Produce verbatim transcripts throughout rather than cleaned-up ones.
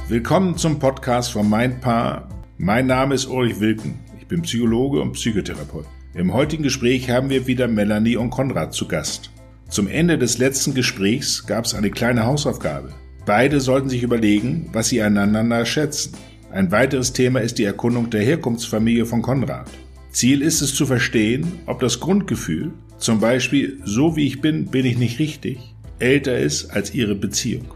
Willkommen zum Podcast von Mindpaar. Mein Name ist Ulrich Wilken. Ich bin Psychologe und Psychotherapeut. Im heutigen Gespräch haben wir wieder Melanie und Konrad zu Gast. Zum Ende des letzten Gesprächs gab es eine kleine Hausaufgabe. Beide sollten sich überlegen, was sie aneinander schätzen. Ein weiteres Thema ist die Erkundung der Herkunftsfamilie von Konrad. Ziel ist es zu verstehen, ob das Grundgefühl, zum Beispiel so wie ich bin, bin ich nicht richtig, älter ist als ihre Beziehung.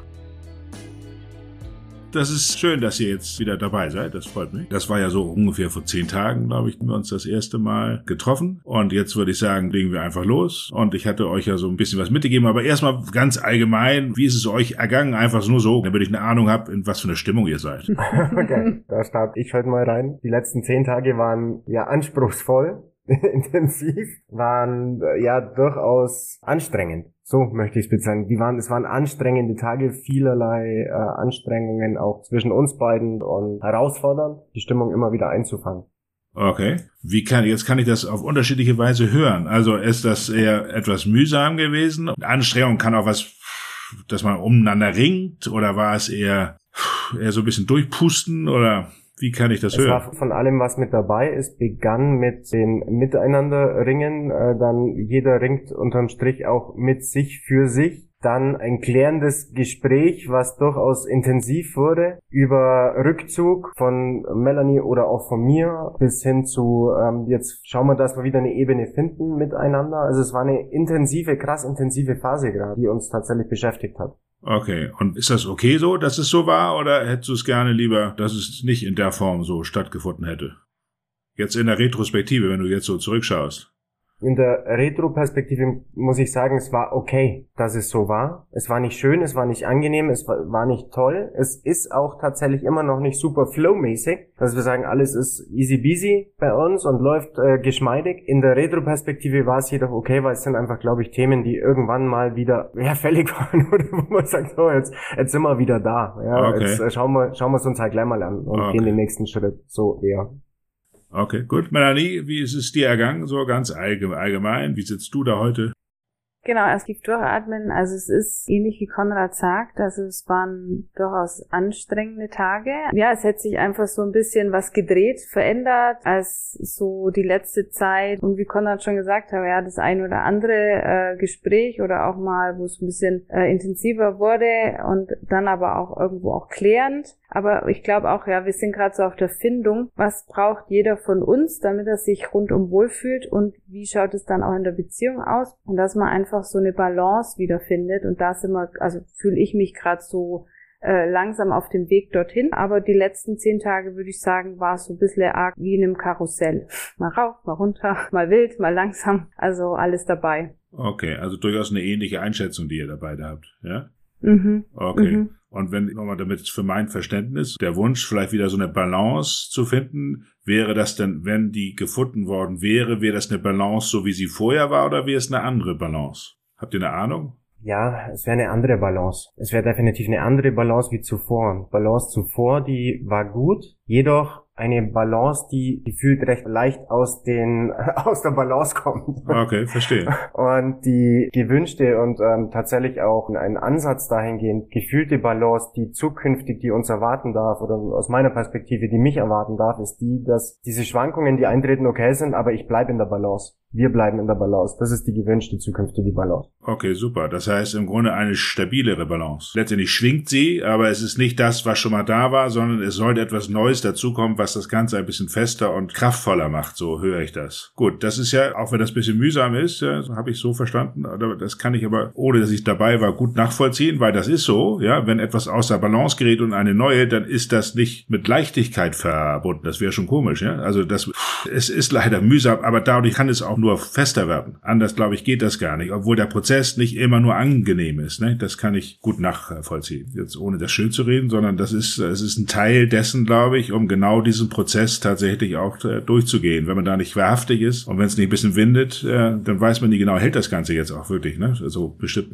Das ist schön, dass ihr jetzt wieder dabei seid, das freut mich. Das war ja so ungefähr vor zehn Tagen, glaube ich, haben wir uns das erste Mal getroffen. Und jetzt würde ich sagen, legen wir einfach los. Und ich hatte euch ja so ein bisschen was mitgegeben, aber erstmal ganz allgemein, wie ist es euch ergangen? Einfach nur so, damit ich eine Ahnung habe, in was für eine Stimmung ihr seid. Okay, da starte ich heute mal rein. Die letzten zehn Tage waren ja anspruchsvoll, intensiv, waren ja durchaus anstrengend. So möchte ich es bezeichnen. Die waren, es waren anstrengende Tage, vielerlei äh, Anstrengungen auch zwischen uns beiden und herausfordernd, die Stimmung immer wieder einzufangen. Okay. Wie kann, jetzt kann ich das auf unterschiedliche Weise hören. Also ist das eher etwas mühsam gewesen? Anstrengung kann auch was, dass man umeinander ringt, oder war es eher, eher so ein bisschen durchpusten, oder wie kann ich das es hören? Es war von allem was mit dabei. Es begann mit den Miteinander-Ringen, äh, dann jeder ringt unterm Strich auch mit sich für sich. Dann ein klärendes Gespräch, was durchaus intensiv wurde, über Rückzug von Melanie oder auch von mir bis hin zu, ähm, jetzt schauen wir, dass wir wieder eine Ebene finden miteinander. Also es war eine intensive, krass intensive Phase gerade, die uns tatsächlich beschäftigt hat. Okay, und ist das okay so, dass es so war, oder hättest du es gerne lieber, dass es nicht in der Form so stattgefunden hätte? Jetzt in der Retrospektive, wenn du jetzt so zurückschaust. In der Retro-Perspektive muss ich sagen, es war okay, dass es so war. Es war nicht schön, es war nicht angenehm, es war, war nicht toll. Es ist auch tatsächlich immer noch nicht super flow-mäßig, dass wir sagen, alles ist easy peasy bei uns und läuft äh, geschmeidig. In der Retro-Perspektive war es jedoch okay, weil es sind einfach, glaube ich, Themen, die irgendwann mal wieder ja, fällig waren, oder wo man sagt, oh, jetzt, jetzt sind wir wieder da. Ja, okay. Jetzt äh, schauen wir, schauen wir es uns halt gleich mal an und okay. Gehen den nächsten Schritt so eher. Okay, gut. Melanie, wie ist es dir ergangen, so ganz allgemein? Wie sitzt du da heute? Genau, erst tief durchatmen. Also es ist ähnlich wie Konrad sagt, also es waren durchaus anstrengende Tage. Ja, es hat sich einfach so ein bisschen was gedreht, verändert, als so die letzte Zeit. Und wie Konrad schon gesagt hat, ja, das ein oder andere äh, Gespräch oder auch mal, wo es ein bisschen äh, intensiver wurde und dann aber auch irgendwo auch klärend. Aber ich glaube auch, ja, wir sind gerade so auf der Findung, was braucht jeder von uns, damit er sich rundum wohlfühlt und wie schaut es dann auch in der Beziehung aus und dass man einfach so eine Balance wiederfindet und da sind wir, also fühle ich mich gerade so äh, langsam auf dem Weg dorthin, aber die letzten zehn Tage, würde ich sagen, war es so ein bisschen arg wie in einem Karussell. Mal rauf, mal runter, mal wild, mal langsam, also alles dabei. Okay, also durchaus eine ähnliche Einschätzung, die ihr da beide habt, ja? Mhm. Okay. Mhm. Und wenn, nochmal damit für mein Verständnis, der Wunsch, vielleicht wieder so eine Balance zu finden, wäre das denn, wenn die gefunden worden wäre, wäre das eine Balance, so wie sie vorher war, oder wäre es eine andere Balance? Habt ihr eine Ahnung? Ja, es wäre eine andere Balance. Es wäre definitiv eine andere Balance wie zuvor. Balance zuvor, die war gut, jedoch eine Balance, die gefühlt recht leicht aus den aus der Balance kommt. Okay, verstehe. Und die gewünschte und ähm, tatsächlich auch ein Ansatz dahingehend gefühlte Balance, die zukünftig, die uns erwarten darf, oder aus meiner Perspektive, die mich erwarten darf, ist die, dass diese Schwankungen, die eintreten, okay sind, aber ich bleibe in der Balance. Wir bleiben in der Balance. Das ist die gewünschte zukünftige Balance. Okay, super. Das heißt im Grunde eine stabilere Balance. Letztendlich schwingt sie, aber es ist nicht das, was schon mal da war, sondern es sollte etwas Neues dazukommen, was das Ganze ein bisschen fester und kraftvoller macht. So höre ich das. Gut, das ist ja, auch wenn das ein bisschen mühsam ist, ja, habe ich so verstanden, das kann ich aber, ohne dass ich dabei war, gut nachvollziehen, weil das ist so, ja, wenn etwas außer Balance gerät und eine neue, dann ist das nicht mit Leichtigkeit verbunden. Das wäre schon komisch, ja. Also das, es ist leider mühsam, aber dadurch kann es auch nur fester werden. Anders, glaube ich, geht das gar nicht, obwohl der Prozess nicht immer nur angenehm ist. Ne? Das kann ich gut nachvollziehen. Jetzt ohne das schön zu reden, sondern das ist, es ist ein Teil dessen, glaube ich, um genau diesen Prozess tatsächlich auch äh, durchzugehen. Wenn man da nicht wahrhaftig ist und wenn es nicht ein bisschen windet, äh, dann weiß man nicht genau, hält das Ganze jetzt auch wirklich, ne? Also bestimmten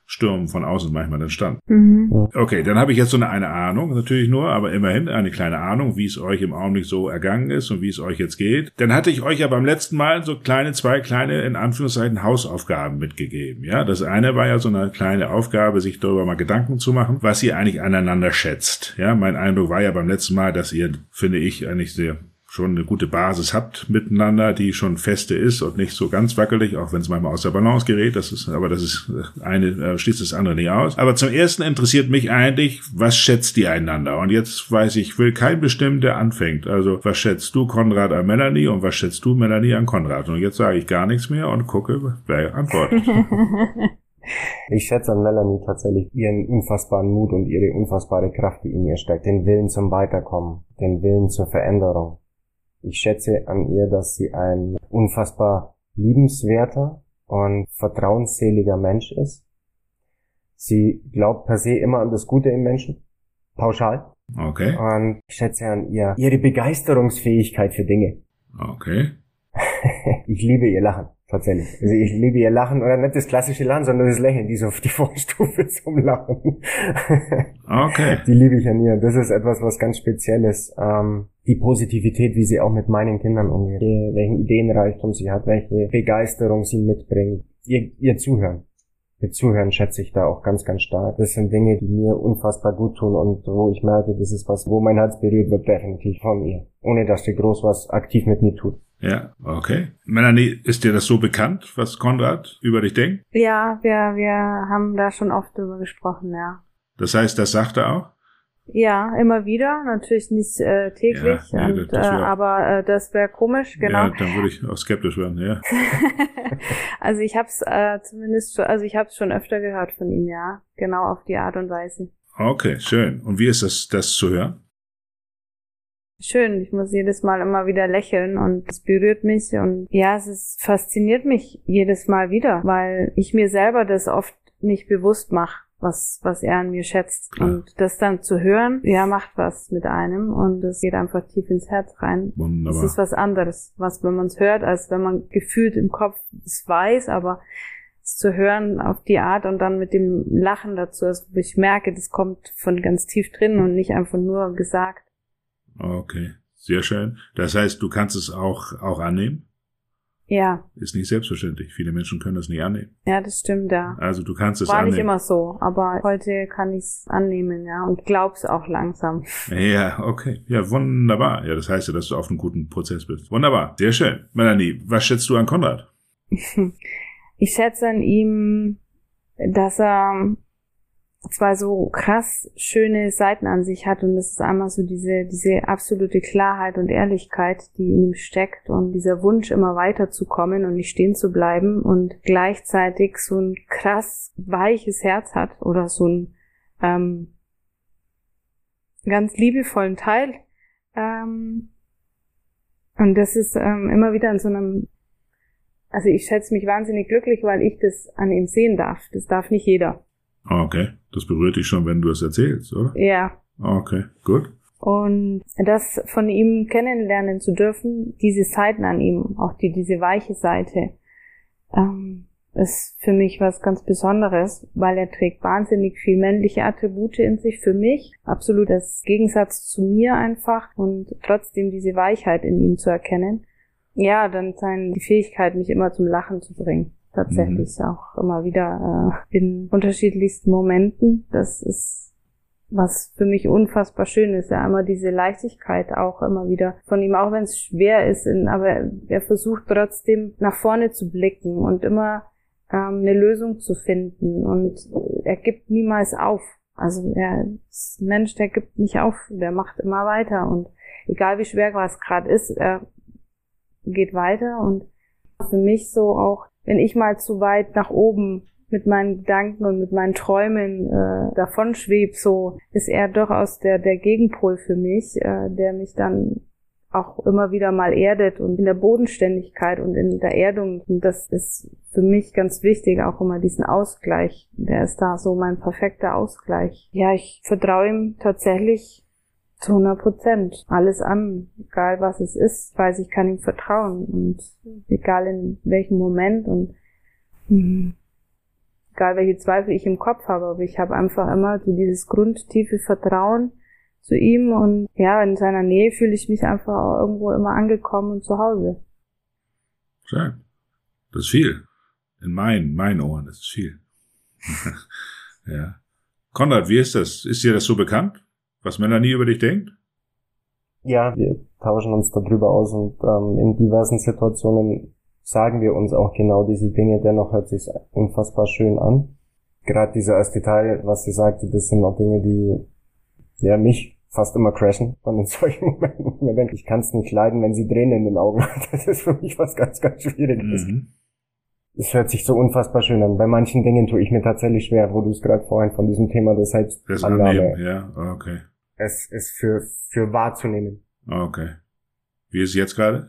Stürmen von außen manchmal entstanden. Mhm. Okay, dann habe ich jetzt so eine, eine Ahnung, natürlich nur, aber immerhin eine kleine Ahnung, wie es euch im Augenblick so ergangen ist und wie es euch jetzt geht. Dann hatte ich euch ja beim letzten Mal so kleine, zwei kleine, in Anführungszeichen, Hausaufgaben mitgegeben. Ja, das eine war ja so eine kleine Aufgabe, sich darüber mal Gedanken zu machen, was ihr eigentlich aneinander schätzt. Ja, mein Eindruck war ja beim letzten Mal, dass ihr, finde ich, eigentlich sehr schon eine gute Basis habt miteinander, die schon feste ist und nicht so ganz wackelig, auch wenn es manchmal aus der Balance gerät. Das ist, aber das ist eine, äh, schließt das andere nicht aus. Aber zum Ersten interessiert mich eigentlich, was schätzt ihr einander? Und jetzt weiß ich, will kein bestimmt, der anfängt. Also, was schätzt du, Konrad, an Melanie und was schätzt du, Melanie, an Konrad? Und jetzt sage ich gar nichts mehr und gucke, wer antwortet. Ich schätze an Melanie tatsächlich ihren unfassbaren Mut und ihre unfassbare Kraft, die in ihr steckt, den Willen zum Weiterkommen, den Willen zur Veränderung. Ich schätze an ihr, dass sie ein unfassbar liebenswerter und vertrauensseliger Mensch ist. Sie glaubt per se immer an das Gute im Menschen, pauschal. Okay. Und ich schätze an ihr ihre Begeisterungsfähigkeit für Dinge. Okay. Ich liebe ihr Lachen, tatsächlich. Also ich liebe ihr Lachen, oder nicht das klassische Lachen, sondern das Lächeln, die so die Vorstufe zum Lachen. Okay. Die liebe ich an ihr. Das ist etwas, was ganz Spezielles. Ähm, die Positivität, wie sie auch mit meinen Kindern umgeht, welchen Ideenreichtum sie hat, welche Begeisterung sie mitbringt. Ihr, ihr Zuhören. Ihr Zuhören schätze ich da auch ganz, ganz stark. Das sind Dinge, die mir unfassbar gut tun und wo ich merke, das ist was, wo mein Herz berührt wird, definitiv von ihr. Ohne dass sie groß was aktiv mit mir tut. Ja, okay. Melanie, ist dir das so bekannt, was Konrad über dich denkt? Ja, wir, wir haben da schon oft drüber gesprochen, ja. Das heißt, das sagt er auch? Ja, immer wieder, natürlich nicht äh, täglich, Ja, nee, und, das wär, äh, aber äh, das wäre komisch, genau. Ja, dann würde ich auch skeptisch werden, ja. Also ich habe es äh, zumindest, schon, also ich habe es schon öfter gehört von ihm, ja, genau auf die Art und Weise. Okay, schön. Und wie ist das, das zu hören? Schön, ich muss jedes Mal immer wieder lächeln und es berührt mich und ja, es ist, fasziniert mich jedes Mal wieder, weil ich mir selber das oft nicht bewusst mache, was was er an mir schätzt. Klar. Und das dann zu hören, ja, macht was mit einem und es geht einfach tief ins Herz rein. Wunderbar. Es ist was anderes, was wenn man es hört, als wenn man gefühlt im Kopf es weiß, aber es zu hören auf die Art und dann mit dem Lachen dazu, also ich merke, das kommt von ganz tief drin und nicht einfach nur gesagt. Okay, sehr schön. Das heißt, du kannst es auch auch annehmen? Ja. Ist nicht selbstverständlich. Viele Menschen können das nicht annehmen. Ja, das stimmt, ja. Also du kannst es War annehmen. nicht immer so, aber heute kann ich es annehmen, ja, und glaub's auch langsam. Ja, okay. Ja, wunderbar. Ja, das heißt ja, dass du auf einem guten Prozess bist. Wunderbar. Sehr schön. Melanie, was schätzt du an Konrad? Ich schätze an ihm, dass er zwei so krass schöne Seiten an sich hat und das ist einmal so diese diese absolute Klarheit und Ehrlichkeit, die in ihm steckt und dieser Wunsch, immer weiterzukommen und nicht stehen zu bleiben und gleichzeitig so ein krass weiches Herz hat oder so ein ähm, ganz liebevollen Teil ähm, und das ist ähm, immer wieder in so einem, also ich schätze mich wahnsinnig glücklich, weil ich das an ihm sehen darf. Das darf nicht jeder. Okay, das berührt dich schon, wenn du es erzählst, oder? Ja. Okay, gut. Und das von ihm kennenlernen zu dürfen, diese Seiten an ihm, auch die diese weiche Seite, ähm, ist für mich was ganz Besonderes, weil er trägt wahnsinnig viel männliche Attribute in sich für mich. Absolut das Gegensatz zu mir einfach und trotzdem diese Weichheit in ihm zu erkennen. Ja, dann seine die Fähigkeit, mich immer zum Lachen zu bringen. Tatsächlich mhm. auch immer wieder äh, in unterschiedlichsten Momenten. Das ist was für mich unfassbar schön ist. Ja, immer diese Leichtigkeit auch immer wieder von ihm, auch wenn es schwer ist, in, aber er versucht trotzdem nach vorne zu blicken und immer ähm, eine Lösung zu finden und er gibt niemals auf. Also er ist ein Mensch, der gibt nicht auf, der macht immer weiter und egal wie schwer was gerade ist, er geht weiter und für mich so auch, wenn ich mal zu weit nach oben mit meinen Gedanken und mit meinen Träumen äh, davon schweb, so ist er durchaus der der Gegenpol für mich, äh, der mich dann auch immer wieder mal erdet und in der Bodenständigkeit und in der Erdung. Und das ist für mich ganz wichtig, auch immer diesen Ausgleich. Der ist da so mein perfekter Ausgleich. Ja, ich vertraue ihm tatsächlich zu hundert Prozent alles an, egal was es ist, weiß ich kann ihm vertrauen und egal in welchem Moment und mh, egal welche Zweifel ich im Kopf habe, aber ich habe einfach immer so dieses grundtiefe Vertrauen zu ihm und ja, in seiner Nähe fühle ich mich einfach auch irgendwo immer angekommen und zu Hause. Schön. Das ist viel. In meinen, meinen Ohren, das ist viel. Ja. Konrad, wie ist das? Ist dir das so bekannt, was Melanie über dich denkt? Ja, wir tauschen uns darüber aus und ähm, in diversen Situationen sagen wir uns auch genau diese Dinge. Dennoch hört sich unfassbar schön an. Gerade dieser erste Teil, was sie sagte, das sind auch Dinge, die ja mich fast immer crashen. Und in solchen Momenten, wo ich mir denke, ich kann es nicht leiden, wenn sie Tränen in den Augen hat. Das ist für mich was ganz, ganz Schwieriges. Mhm. Es hört sich so unfassbar schön an. Bei manchen Dingen tue ich mir tatsächlich schwer, wo du es gerade vorhin von diesem Thema der Selbstannahme. Ja, okay. Es ist für, für wahrzunehmen. Okay. Wie ist es jetzt gerade?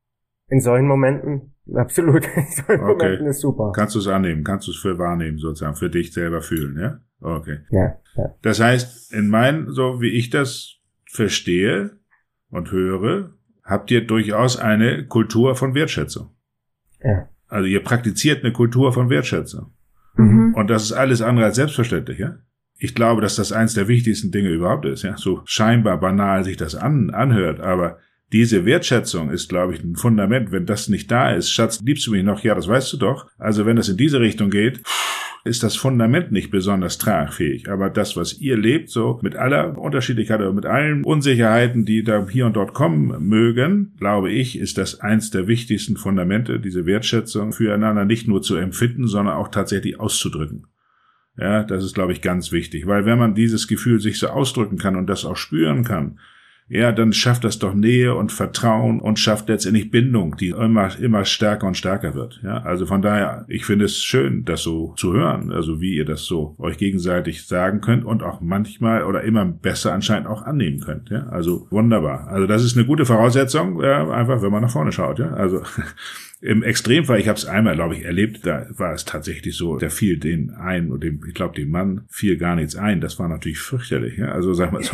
In solchen Momenten, absolut. In solchen okay. Momenten ist super. Kannst du es annehmen? Kannst du es für wahrnehmen, sozusagen, für dich selber fühlen, ja? Okay. Ja, ja. Das heißt, in meinen, so wie ich das verstehe und höre, habt ihr durchaus eine Kultur von Wertschätzung. Ja. Also ihr praktiziert eine Kultur von Wertschätzung. Mhm. Und das ist alles andere als selbstverständlich, ja? Ich glaube, dass das eins der wichtigsten Dinge überhaupt ist, ja? So scheinbar banal sich das an, anhört, aber diese Wertschätzung ist, glaube ich, ein Fundament. Wenn das nicht da ist, Schatz, liebst du mich noch? Ja, das weißt du doch. Also wenn das in diese Richtung geht, ist das Fundament nicht besonders tragfähig. Aber das, was ihr lebt, so mit aller Unterschiedlichkeit oder mit allen Unsicherheiten, die da hier und dort kommen mögen, glaube ich, ist das eins der wichtigsten Fundamente, diese Wertschätzung füreinander nicht nur zu empfinden, sondern auch tatsächlich auszudrücken. Ja, das ist, glaube ich, ganz wichtig. Weil wenn man dieses Gefühl sich so ausdrücken kann und das auch spüren kann, ja, dann schafft das doch Nähe und Vertrauen und schafft letztendlich Bindung, die immer, immer stärker und stärker wird. Ja, also von daher, ich finde es schön, das so zu hören, also wie ihr das so euch gegenseitig sagen könnt und auch manchmal oder immer besser anscheinend auch annehmen könnt. Ja, also wunderbar. Also das ist eine gute Voraussetzung, ja, einfach, wenn man nach vorne schaut. Ja, also im Extremfall, ich habe es einmal, glaube ich, erlebt, da war es tatsächlich so, der fiel den ein und dem, ich glaube, dem Mann fiel gar nichts ein. Das war natürlich fürchterlich. Ja? Also sagen wir so,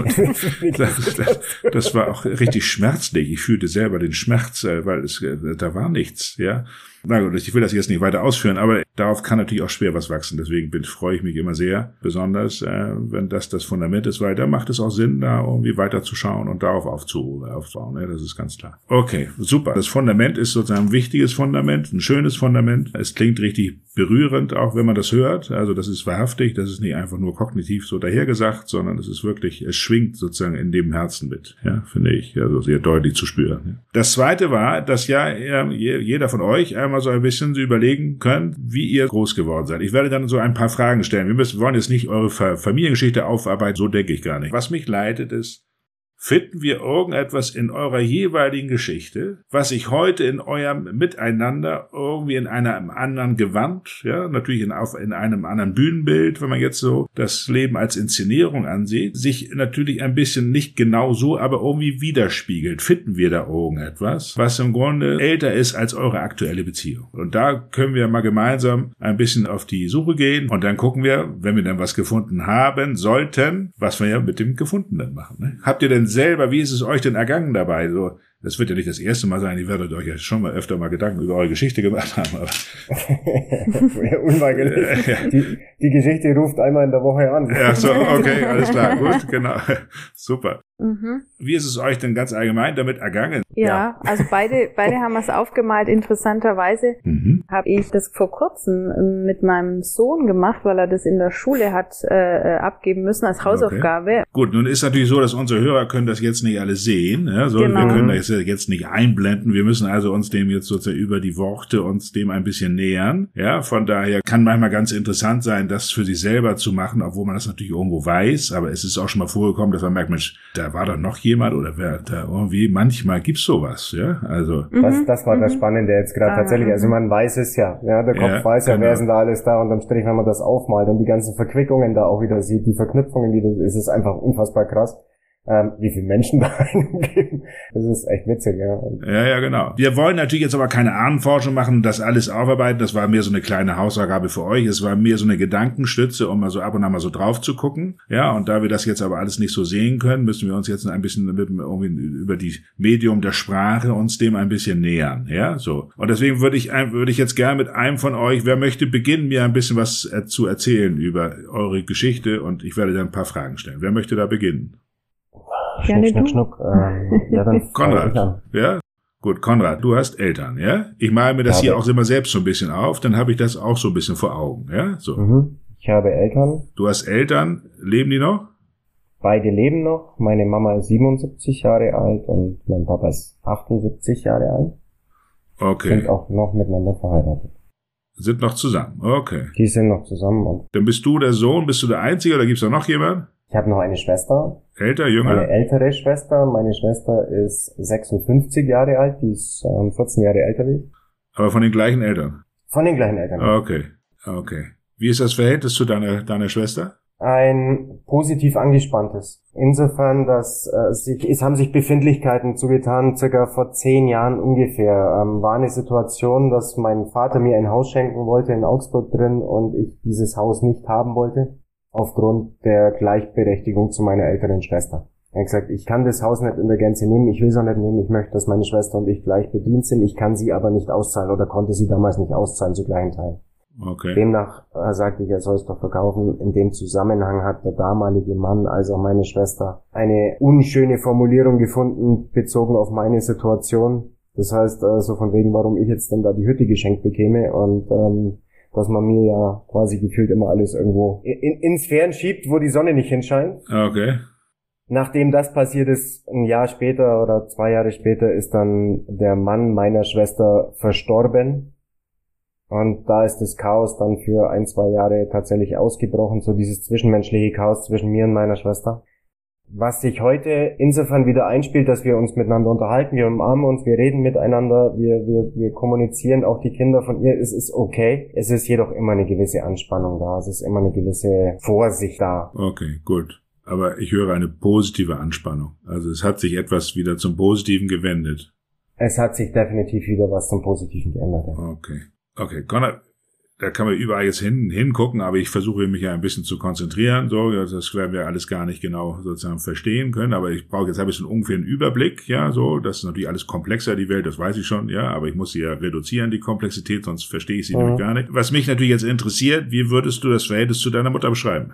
das, das, das war auch richtig schmerzlich. Ich fühlte selber den Schmerz, weil es da war nichts. Ja, na gut, ich will das jetzt nicht weiter ausführen, aber darauf kann natürlich auch schwer was wachsen. Deswegen bin, freue ich mich immer sehr, besonders äh, wenn das das Fundament ist, weil da macht es auch Sinn, da irgendwie weiter zu schauen und darauf aufzu, aufzubauen. Ja, das ist ganz klar. Okay, super. Das Fundament ist sozusagen ein wichtiges Fundament, ein schönes Fundament. Es klingt richtig berührend, auch wenn man das hört. Also das ist wahrhaftig, das ist nicht einfach nur kognitiv so dahergesagt, sondern es ist wirklich, es schwingt sozusagen in dem Herzen mit. Ja, finde ich, also sehr deutlich zu spüren. Das Zweite war, dass ja jeder von euch einmal so ein bisschen so überlegen könnt, wie ihr groß geworden seid. Ich werde dann so ein paar Fragen stellen. Wir müssen, wollen jetzt nicht eure Familiengeschichte aufarbeiten, so denke ich gar nicht. Was mich leitet ist, finden wir irgendetwas in eurer jeweiligen Geschichte, was sich heute in eurem Miteinander irgendwie in einem anderen Gewand, ja, natürlich in, auf, in einem anderen Bühnenbild, wenn man jetzt so das Leben als Inszenierung ansieht, sich natürlich ein bisschen nicht genau so, aber irgendwie widerspiegelt. Finden wir da irgendetwas, was im Grunde älter ist als eure aktuelle Beziehung? Und da können wir mal gemeinsam ein bisschen auf die Suche gehen und dann gucken wir, wenn wir dann was gefunden haben sollten, was wir ja mit dem Gefundenen machen. Ne? Habt ihr denn selber, wie ist es euch denn ergangen dabei? So, das wird ja nicht das erste Mal sein, ihr werdet euch ja schon mal öfter mal Gedanken über eure Geschichte gemacht haben. Aber unweigerlich. Ja. Die, die Geschichte ruft einmal in der Woche an. Ja, so, okay, alles klar, gut, genau. Super. Mhm. Wie ist es euch denn ganz allgemein damit ergangen? Ja, ja. also beide beide haben es aufgemalt. Interessanterweise mhm. habe ich das vor kurzem mit meinem Sohn gemacht, weil er das in der Schule hat äh, abgeben müssen als Hausaufgabe. Okay. Gut, nun ist natürlich so, dass unsere Hörer können das jetzt nicht alles sehen. Ja, so, genau. Wir können das jetzt nicht einblenden. Wir müssen also uns dem jetzt sozusagen über die Worte uns dem ein bisschen nähern. Ja, von daher kann manchmal ganz interessant sein, das für sich selber zu machen, obwohl man das natürlich irgendwo weiß. Aber es ist auch schon mal vorgekommen, dass man merkt, Mensch, da war doch noch jemand oder wer da irgendwie, manchmal gibt's sowas, ja, also. Das, das war mhm. das Spannende jetzt gerade ah, tatsächlich, also man weiß es ja, ja, der Kopf ja, weiß ja, genau. Wer ist denn da alles da unterm Strich, wenn man das aufmalt und die ganzen Verquickungen da auch wieder sieht, die Verknüpfungen, die das ist, ist einfach unfassbar krass. ähm, wie viele Menschen da eingeben. Das ist echt witzig, ja. Ja, ja, genau. Wir wollen natürlich jetzt aber keine Ahnenforschung machen, das alles aufarbeiten. Das war mehr so eine kleine Hausaufgabe für euch. Es war mehr so eine Gedankenstütze, um mal so ab und an mal so drauf zu gucken. Ja, und da wir das jetzt aber alles nicht so sehen können, müssen wir uns jetzt ein bisschen irgendwie über die Medium der Sprache uns dem ein bisschen nähern. Ja, so. Und deswegen würde ich, würde ich jetzt gerne mit einem von euch, wer möchte beginnen, mir ein bisschen was zu erzählen über eure Geschichte, und ich werde dann ein paar Fragen stellen. Wer möchte da beginnen? Gerne Schnuck, schnuck, schnuck. Ähm, ja, dann Konrad, ja? Gut, Konrad, du hast Eltern, ja? Ich male mir das ja, hier auch immer selbst so ein bisschen auf, dann habe ich das auch so ein bisschen vor Augen, ja? So. Mhm. Ich habe Eltern. Du hast Eltern, leben die noch? Beide leben noch. Meine Mama ist siebenundsiebzig Jahre alt und mein Papa ist achtundsiebzig Jahre alt. Okay. Sind auch noch miteinander verheiratet. Sind noch zusammen, okay. Die sind noch zusammen. Und dann bist du der Sohn, bist du der Einzige oder gibt's da noch jemanden? ich habe noch eine Schwester. Älter, jünger? Eine ältere Schwester. Meine Schwester ist sechsundfünfzig Jahre alt. Die ist ähm, vierzehn Jahre älter wie ich. Aber von den gleichen Eltern? Von den gleichen Eltern. Okay, okay. Wie ist das Verhältnis zu deiner, deiner Schwester? Ein positiv angespanntes. Insofern, dass äh, sich, es haben sich Befindlichkeiten zugetan, circa vor zehn Jahren ungefähr. Ähm, war eine Situation, dass mein Vater mir ein Haus schenken wollte in Augsburg drin und ich dieses Haus nicht haben wollte, aufgrund der Gleichberechtigung zu meiner älteren Schwester. Er hat gesagt, ich kann das Haus nicht in der Gänze nehmen, ich will es auch nicht nehmen, ich möchte, dass meine Schwester und ich gleich bedient sind, ich kann sie aber nicht auszahlen oder konnte sie damals nicht auszahlen zu gleichen Teilen. Okay. Demnach äh, sagte ich, er soll es doch verkaufen. In dem Zusammenhang hat der damalige Mann, also meine Schwester, eine unschöne Formulierung gefunden, bezogen auf meine Situation. Das heißt, äh, so von wegen, warum ich jetzt denn da die Hütte geschenkt bekäme und ähm, dass man mir ja quasi gefühlt immer alles irgendwo in, in Sphären schiebt, wo die Sonne nicht hinscheint. Okay. Nachdem das passiert ist, ein Jahr später oder zwei Jahre später, ist dann der Mann meiner Schwester verstorben. Und da ist das Chaos dann für ein, zwei Jahre tatsächlich ausgebrochen, so dieses zwischenmenschliche Chaos zwischen mir und meiner Schwester. Was sich heute insofern wieder einspielt, dass wir uns miteinander unterhalten, wir umarmen uns, wir reden miteinander, wir, wir, wir kommunizieren, auch die Kinder von ihr, es ist okay. Es ist jedoch immer eine gewisse Anspannung da, es ist immer eine gewisse Vorsicht da. Okay, gut. Aber ich höre eine positive Anspannung. Also es hat sich etwas wieder zum Positiven gewendet. Es hat sich definitiv wieder was zum Positiven geändert. Ja. Okay. Okay, Konrad, da kann man überall jetzt hin, hingucken, aber ich versuche mich ja ein bisschen zu konzentrieren. So, das werden wir alles gar nicht genau sozusagen verstehen können, aber ich brauche jetzt ein bisschen ungefähr einen Überblick, ja, so. Das ist natürlich alles komplexer, die Welt, das weiß ich schon, ja, aber ich muss sie ja reduzieren, die Komplexität, sonst verstehe ich sie mhm. nämlich gar nicht. Was mich natürlich jetzt interessiert, wie würdest du das Verhältnis zu deiner Mutter beschreiben?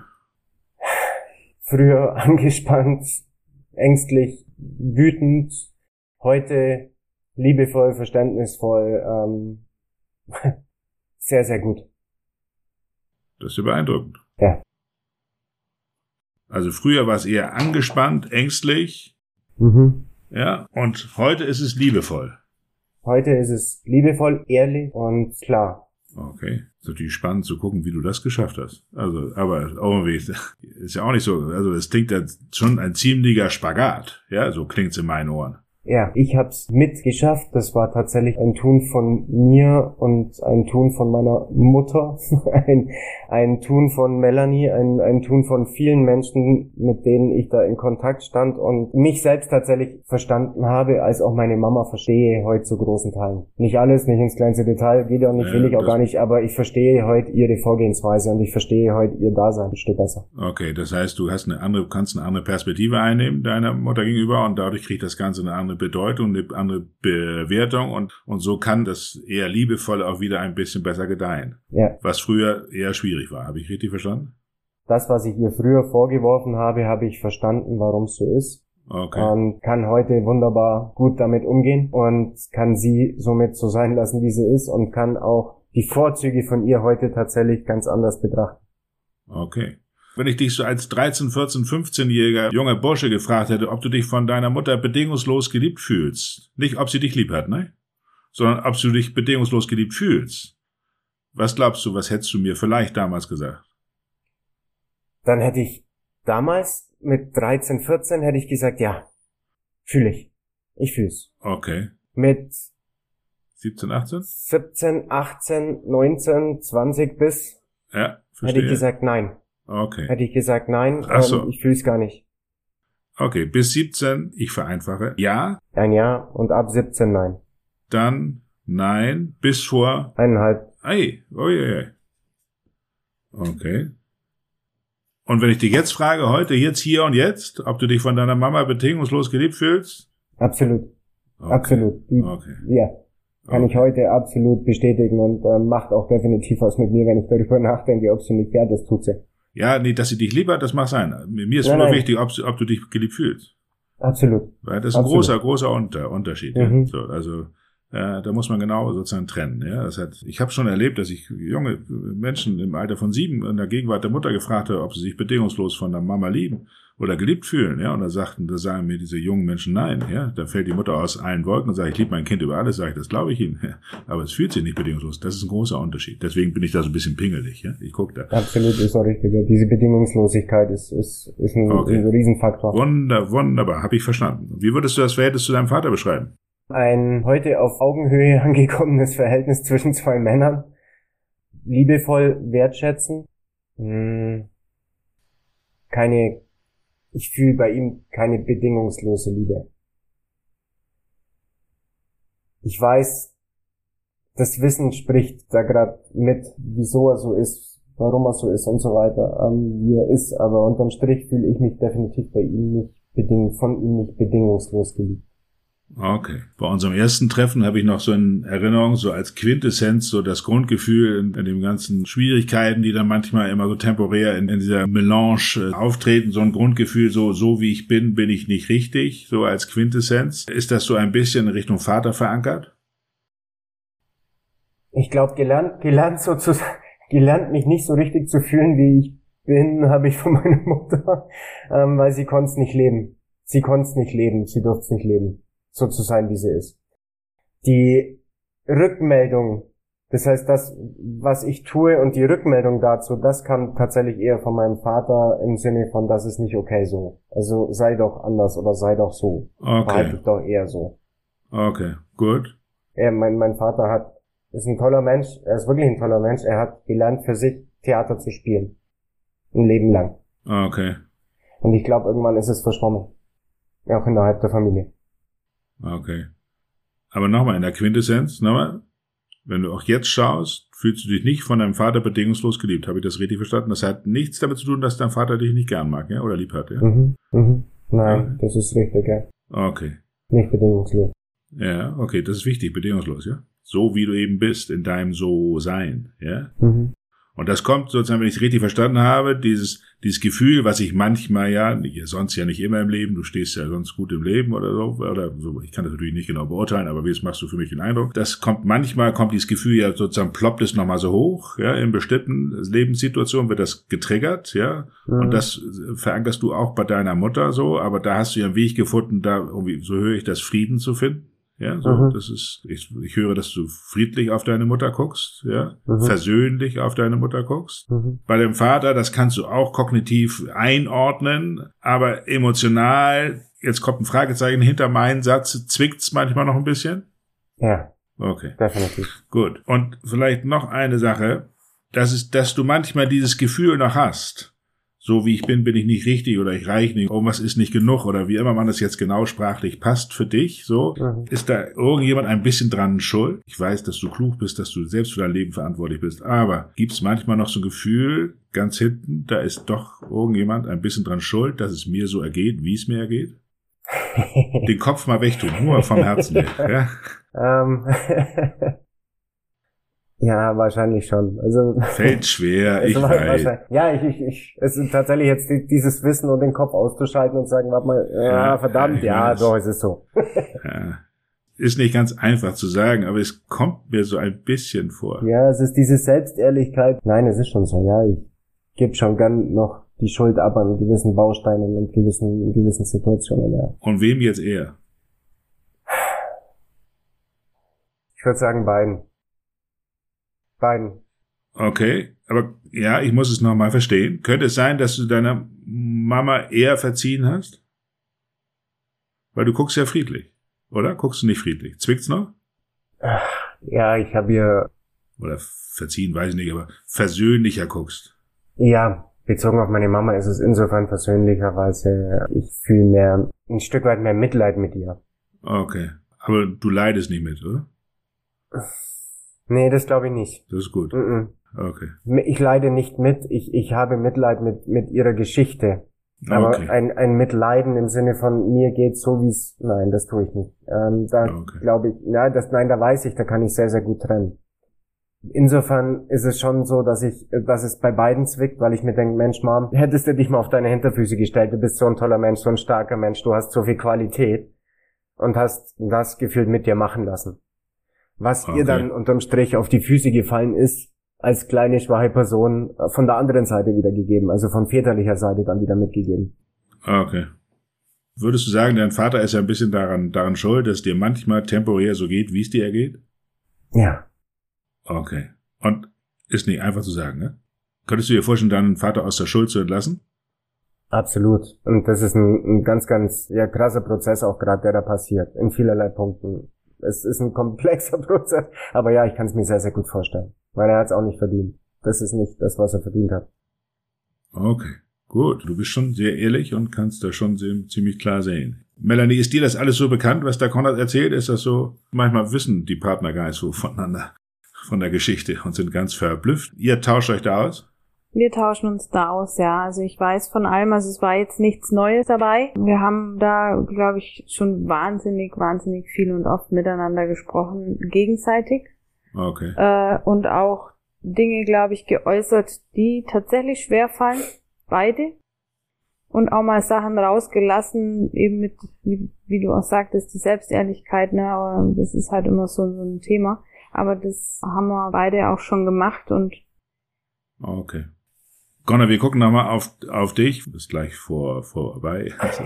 Früher angespannt, ängstlich, wütend, heute liebevoll, verständnisvoll, ähm, sehr, sehr gut. Das ist ja beeindruckend. Ja. Also früher war es eher angespannt, ängstlich. Mhm. Ja, und heute ist es liebevoll. Heute ist es liebevoll, ehrlich und klar. Okay. Ist natürlich spannend zu gucken, wie du das geschafft hast. Also, aber irgendwie ist ja auch nicht so, also es klingt ja schon ein ziemlicher Spagat. Ja, so klingt's in meinen Ohren. Ja, ich hab's mitgeschafft. Das war tatsächlich ein Tun von mir und ein Tun von meiner Mutter, ein, ein Tun von Melanie, ein, ein Tun von vielen Menschen, mit denen ich da in Kontakt stand und mich selbst tatsächlich verstanden habe, als auch meine Mama verstehe heute zu großen Teilen. Nicht alles, nicht ins kleinste Detail, geht ja nicht, ja, will ich auch gar nicht, aber ich verstehe heute ihre Vorgehensweise und ich verstehe heute ihr Dasein ein Stück besser. Okay, das heißt, du hast eine andere, kannst eine andere Perspektive einnehmen deiner Mutter gegenüber und dadurch kriegt das Ganze eine andere Bedeutung, eine andere Bewertung und, und so kann das eher liebevoll auch wieder ein bisschen besser gedeihen. Ja. Was früher eher schwierig war. Habe ich richtig verstanden? Das, was ich ihr früher vorgeworfen habe, habe ich verstanden, warum es so ist. Okay. Und kann heute wunderbar gut damit umgehen und kann sie somit so sein lassen, wie sie ist und kann auch die Vorzüge von ihr heute tatsächlich ganz anders betrachten. Okay. Wenn ich dich so als dreizehn, vierzehn, fünfzehnjähriger junger Bursche gefragt hätte, ob du dich von deiner Mutter bedingungslos geliebt fühlst, nicht ob sie dich lieb hat, ne? Sondern ob du dich bedingungslos geliebt fühlst. Was glaubst du, was hättest du mir vielleicht damals gesagt? Dann hätte ich damals mit dreizehn, vierzehn hätte ich gesagt, ja, fühle ich. Ich fühl's. Okay. Mit siebzehn, achtzehn? siebzehn, achtzehn, neunzehn, zwanzig bis ja, hätte ich gesagt, nein. Okay. Hätte ich gesagt, nein, Ach so. ähm, ich fühl's gar nicht. Okay, bis siebzehn, ich vereinfache, ja. Ein Jahr und ab siebzehn nein. Dann nein, bis vor... Eineinhalb. Ei, oi, okay. Und wenn ich dich jetzt frage, heute, jetzt, hier und jetzt, ob du dich von deiner Mama bedingungslos geliebt fühlst? Absolut. Okay. Absolut. Die, Okay. Ja. Kann Okay. ich heute absolut bestätigen und äh, macht auch definitiv was mit mir, wenn ich darüber nachdenke, ob sie mich fährt, das tut sie. Ja, nee, dass sie dich lieb hat, das mag sein. Mir ist Nein, nur nein. wichtig, ob, ob du dich geliebt fühlst. Absolut. Weil das ist ein Absolut. großer, großer Unter, Unterschied. Mhm. Ja? So, also äh, da muss man genau sozusagen trennen. Ja? Das hat, ich habe schon erlebt, dass ich junge Menschen im Alter von sieben in der Gegenwart der Mutter gefragt habe, ob sie sich bedingungslos von der Mama lieben oder geliebt fühlen. Ja? Und da sagten, da sagen mir diese jungen Menschen nein. Ja? Da fällt die Mutter aus allen Wolken und sagt, ich liebe mein Kind über alles, sage ich, das glaube ich Ihnen. Ja? Aber es fühlt sich nicht bedingungslos. Das ist ein großer Unterschied. Deswegen bin ich da so ein bisschen pingelig. Ja? Ich gucke da. Absolut ist auch richtig. Ja. Diese Bedingungslosigkeit ist, ist, ist ein, Okay. ein Riesenfaktor. Wunder, wunderbar, habe ich verstanden. Wie würdest du das Verhältnis zu deinem Vater beschreiben? Ein heute auf Augenhöhe angekommenes Verhältnis zwischen zwei Männern. Liebevoll wertschätzen. Hm. Keine, ich fühle bei ihm keine bedingungslose Liebe. Ich weiß, das Wissen spricht da gerade mit, wieso er so ist, warum er so ist und so weiter, ähm, wie er ist, aber unterm Strich fühle ich mich definitiv bei ihm nicht bedingt, von ihm nicht bedingungslos geliebt. Okay. Bei unserem ersten Treffen habe ich noch so in Erinnerung, so als Quintessenz, so das Grundgefühl in, in den ganzen Schwierigkeiten, die dann manchmal immer so temporär in, in dieser Melange äh, auftreten, so ein Grundgefühl, so, so wie ich bin, bin ich nicht richtig, so als Quintessenz. Ist das so ein bisschen in Richtung Vater verankert? Ich glaube, gelernt, gelernt sozusagen, gelernt mich nicht so richtig zu fühlen, wie ich bin, habe ich von meiner Mutter, ähm, weil sie konnte es nicht leben. Sie konnte es nicht leben, sie durfte es nicht leben, so zu sein, wie sie ist. Die Rückmeldung, das heißt, das, was ich tue und die Rückmeldung dazu, das kam tatsächlich eher von meinem Vater im Sinne von, das ist nicht okay so. Also sei doch anders oder sei doch so. Verhalte Okay. dich doch eher so. Okay. Gut. Er, mein, mein Vater hat, ist ein toller Mensch, er ist wirklich ein toller Mensch, er hat gelernt für sich Theater zu spielen. Ein Leben lang. Okay. Und ich glaube, irgendwann ist es verschwommen. Auch innerhalb der Familie. Okay. Aber nochmal, in der Quintessenz, nochmal, wenn du auch jetzt schaust, fühlst du dich nicht von deinem Vater bedingungslos geliebt. Habe ich das richtig verstanden? Das hat nichts damit zu tun, dass dein Vater dich nicht gern mag, ja? Oder lieb hat, ja? Mhm, mhm. Nein, Okay. das ist richtig, ja. Okay. Nicht bedingungslos. Ja, okay, das ist wichtig, bedingungslos, ja? So wie du eben bist, in deinem So-Sein, ja? Mhm. Und das kommt sozusagen, wenn ich es richtig verstanden habe, dieses, dieses Gefühl, was ich manchmal ja, sonst ja nicht immer im Leben, du stehst ja sonst gut im Leben oder so, oder so, ich kann das natürlich nicht genau beurteilen, aber wie machst du für mich den Eindruck? Das kommt manchmal, kommt dieses Gefühl ja sozusagen, ploppt es nochmal so hoch, ja, in bestimmten Lebenssituationen wird das getriggert, ja, Mhm. und das verankerst du auch bei deiner Mutter so, aber da hast du ja einen Weg gefunden, da irgendwie, so höre ich das, Frieden zu finden. Ja, so, Mhm. das ist, ich, ich höre, dass du friedlich auf deine Mutter guckst, ja, Mhm. versöhnlich auf deine Mutter guckst. Mhm. Bei dem Vater, das kannst du auch kognitiv einordnen, aber emotional, jetzt kommt ein Fragezeichen hinter meinen Satz, zwickt's manchmal noch ein bisschen? Ja, Okay, definitiv. gut. Und vielleicht noch eine Sache, das ist, dass du manchmal dieses Gefühl noch hast, so wie ich bin, bin ich nicht richtig oder ich reiche nicht, irgendwas ist nicht genug oder wie immer man das jetzt genau sprachlich passt für dich, so, Mhm. ist da irgendjemand ein bisschen dran schuld? Ich weiß, dass du klug bist, dass du selbst für dein Leben verantwortlich bist, aber gibt's manchmal noch so ein Gefühl, ganz hinten, da ist doch irgendjemand ein bisschen dran schuld, dass es mir so ergeht, wie es mir ergeht? Den Kopf mal wegtun, nur vom Herzen her, ja? ähm, ja, wahrscheinlich schon. Also Fällt schwer, ich es war weiß. wahrscheinlich- Ja, ich, ich, ich, es ist tatsächlich jetzt die, dieses Wissen und den Kopf auszuschalten und sagen, warte mal, ja, Ja, verdammt, ich ja, weiß. doch, es ist so. Ja. Ist nicht ganz einfach zu sagen, aber es kommt mir so ein bisschen vor. Ja, es ist diese Selbstehrlichkeit. Nein, es ist schon so, ja, ich gebe schon gern noch die Schuld ab an gewissen Bausteinen und gewissen, in gewissen Situationen, ja. Und wem jetzt eher? Ich würde sagen, beiden. Beiden. Okay, aber ja, ich muss es nochmal verstehen. Könnte es sein, dass du deiner Mama eher verziehen hast? Weil du guckst ja friedlich, oder? Guckst du nicht friedlich? Zwickt's noch? Ja, ich habe ihr, Oder verziehen, weiß ich nicht, aber versöhnlicher guckst. ja, Bezogen auf meine Mama ist es insofern versöhnlicher, weil sie, ich fühle mehr, ein Stück weit mehr Mitleid mit ihr. Okay. Aber du leidest nicht mit, oder? Nee, das glaube ich nicht. Das ist gut. Mm-mm. Okay. Ich leide nicht mit, ich, ich habe Mitleid mit, mit ihrer Geschichte. Aber Okay. ein, ein Mitleiden im Sinne von mir geht's so wie's, nein, das tue ich nicht. Ähm, da Okay. glaube ich, ja, das, nein, da weiß ich, da kann ich sehr, sehr gut trennen. Insofern ist es schon so, dass ich, dass es bei beiden zwickt, weil ich mir denke, Mensch, Mom, hättest du dich mal auf deine Hinterfüße gestellt, du bist so ein toller Mensch, so ein starker Mensch, du hast so viel Qualität und hast das gefühlt mit dir machen lassen. Was Okay. ihr dann unterm Strich auf die Füße gefallen ist, als kleine, schwache Person von der anderen Seite wiedergegeben, also von väterlicher Seite dann wieder mitgegeben. Okay. Würdest du sagen, dein Vater ist ja ein bisschen daran, daran schuld, dass dir manchmal temporär so geht, wie es dir ergeht? Ja. Okay. Und ist nicht einfach zu sagen, ne? Könntest du dir vorstellen, deinen Vater aus der Schuld zu entlassen? Absolut. Und das ist ein, ein ganz, ganz ja, krasser Prozess auch gerade, der da passiert, in vielerlei Punkten. Es ist ein komplexer Prozess, aber ja, ich kann es mir sehr, sehr gut vorstellen, weil er hat es auch nicht verdient. Das ist nicht das, was er verdient hat. Okay, gut. Du bist schon sehr ehrlich und kannst das schon sehr, ziemlich klar sehen. Melanie, ist dir das alles so bekannt, was der Konrad erzählt? Ist das so? Manchmal wissen die Partner gar nicht so voneinander, von der Geschichte und sind ganz verblüfft. Ihr tauscht euch da aus? Wir tauschen uns da aus, ja. Also ich weiß von allem, also es war jetzt nichts Neues dabei. Wir haben da, glaube ich, schon wahnsinnig, wahnsinnig viel und oft miteinander gesprochen, gegenseitig. Okay. Äh, und auch Dinge, glaube ich, geäußert, die tatsächlich schwerfallen, beide. Und auch mal Sachen rausgelassen, eben mit, wie, wie du auch sagtest, die Selbstehrlichkeit, ne, aber das ist halt immer so, so ein Thema. Aber das haben wir beide auch schon gemacht und Okay. Connor, wir gucken nochmal auf, auf dich. Du bist gleich vor, vorbei. Also,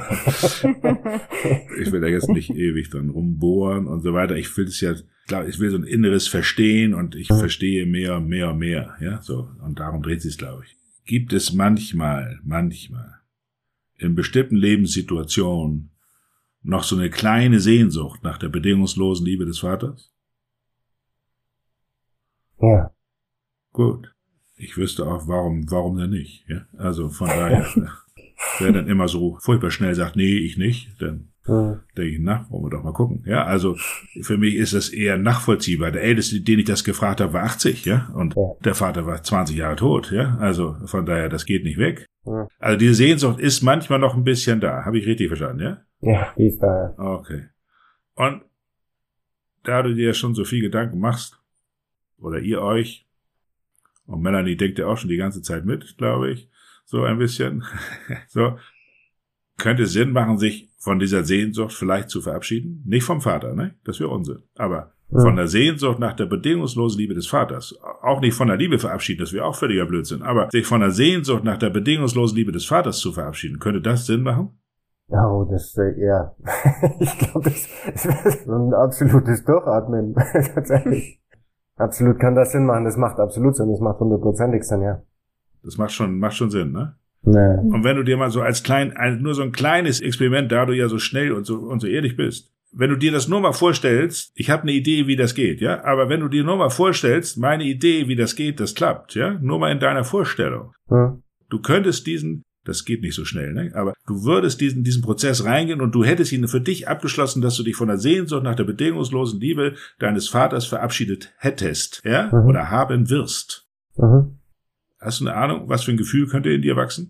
ich will da jetzt nicht ewig dran rumbohren und so weiter. Ich will es ja, klar, ich will so ein inneres Verstehen und ich verstehe mehr und mehr und mehr, ja, so. Und darum dreht sich's, glaube ich. Gibt es manchmal, manchmal in bestimmten Lebenssituationen noch so eine kleine Sehnsucht nach der bedingungslosen Liebe des Vaters? Ja. Gut. Ich wüsste auch, warum, warum denn nicht, ja? Also, von daher, wer dann immer so furchtbar schnell sagt, nee, ich nicht, dann Mhm. denke ich, na, wollen wir doch mal gucken, ja? Also, für mich ist das eher nachvollziehbar. Der Älteste, den ich das gefragt habe, war achtzig, ja? Und Ja. der Vater war zwanzig Jahre tot, ja? Also, von daher, das geht nicht weg. Mhm. Also, diese Sehnsucht ist manchmal noch ein bisschen da. Habe ich richtig verstanden, ja? Ja, die ist da. Okay. Und da du dir schon so viel Gedanken machst, oder ihr euch, und Melanie denkt ja auch schon die ganze Zeit mit, glaube ich, so ein bisschen, so, könnte es Sinn machen, sich von dieser Sehnsucht vielleicht zu verabschieden? Nicht vom Vater, ne? Das wäre Unsinn. Aber Ja. von der Sehnsucht nach der bedingungslosen Liebe des Vaters. Auch nicht von der Liebe verabschieden, das wäre auch völliger Blödsinn. Aber sich von der Sehnsucht nach der bedingungslosen Liebe des Vaters zu verabschieden, könnte das Sinn machen? Oh, das, äh, ja. Ich glaube, das, das ist so ein absolutes Durchatmen. Tatsächlich. Absolut kann das Sinn machen. Das macht absolut Sinn. Das macht hundertprozentig Sinn, ja. Das macht schon, macht schon Sinn, ne? Nee. Und wenn du dir mal so als klein, ein, nur so ein kleines Experiment, da du ja so schnell und so, und so ehrlich bist, wenn du dir das nur mal vorstellst, ich habe eine Idee, wie das geht, ja, aber wenn du dir nur mal vorstellst, meine Idee, wie das geht, das klappt, ja, nur mal in deiner Vorstellung. Hm. Du könntest diesen, das geht nicht so schnell, ne, aber du würdest diesen, diesen Prozess reingehen und du hättest ihn für dich abgeschlossen, dass du dich von der Sehnsucht nach der bedingungslosen Liebe deines Vaters verabschiedet hättest, ja, Mhm. oder haben wirst. Mhm. Hast du eine Ahnung, was für ein Gefühl könnte in dir wachsen?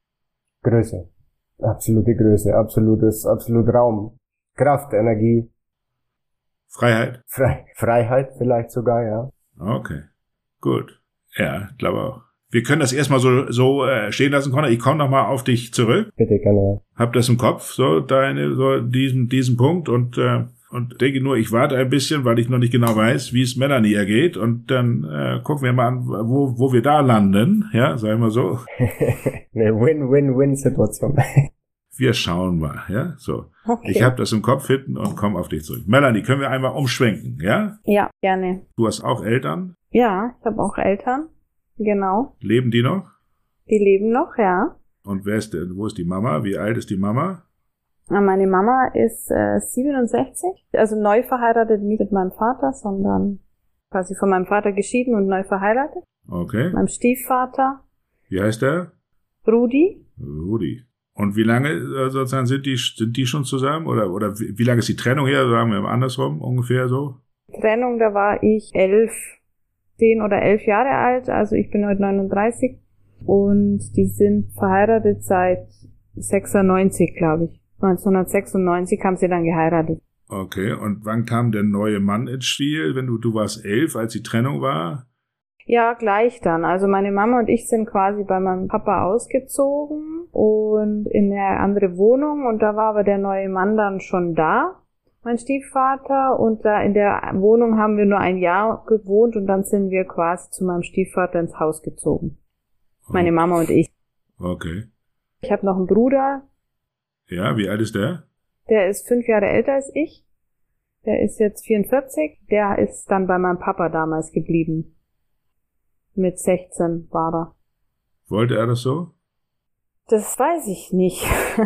Größe. Absolute Größe. Absolutes, absolut Raum. Kraft, Energie, Freiheit? Frei Freiheit vielleicht sogar, ja. Okay, gut. Ja, glaube auch. Wir können das erstmal so so äh, stehen lassen, Connor. Ich komme nochmal auf dich zurück. Bitte gerne. Hab das im Kopf, so deine, so diesen diesen Punkt und äh, und denke nur, ich warte ein bisschen, weil ich noch nicht genau weiß, wie es Melanie ergeht und dann äh, gucken wir mal an, wo wo wir da landen, ja, sagen wir so. Eine Win-Win-Win-Situation. Wir schauen mal, ja, so. okay. Ich habe das im Kopf hinten und komme auf dich zurück. Melanie, können wir einmal umschwenken, ja? Ja, gerne. Du hast auch Eltern, Ja, ich habe auch Eltern. Genau. leben die noch? Die leben noch, ja. Und wer ist denn, wo ist die Mama? Wie alt ist die Mama? Ja, meine Mama ist äh, siebenundsechzig, also neu verheiratet, nicht mit meinem Vater, sondern quasi von meinem Vater geschieden und neu verheiratet. Okay. Meinem Stiefvater, Wie heißt der? Rudi. Rudi. Und wie lange äh, sozusagen sind die sind die schon zusammen? Oder oder wie, wie lange ist die Trennung her? Sagen wir mal andersrum, ungefähr so? Trennung, da war ich elf, zehn oder elf Jahre alt. Also ich bin heute neununddreißig. Und die sind verheiratet seit sechsundneunzig, glaube ich. neunzehnhundertsechsundneunzig haben sie dann geheiratet. Okay, und wann kam der neue Mann ins Spiel? Wenn du, du warst elf, als die Trennung war? Ja, gleich dann. Also meine Mama und ich sind quasi bei meinem Papa ausgezogen und in eine andere Wohnung. Und da war aber der neue Mann dann schon da, mein Stiefvater. Und da in der Wohnung haben wir nur ein Jahr gewohnt und dann sind wir quasi zu meinem Stiefvater ins Haus gezogen. Meine Mama und ich. Okay. Ich habe noch einen Bruder. Ja, wie alt ist der? Der ist fünf Jahre älter als ich. Der ist jetzt vierundvierzig. Der ist dann bei meinem Papa damals geblieben. Mit sechzehn war er. Wollte er das so? Das weiß ich nicht.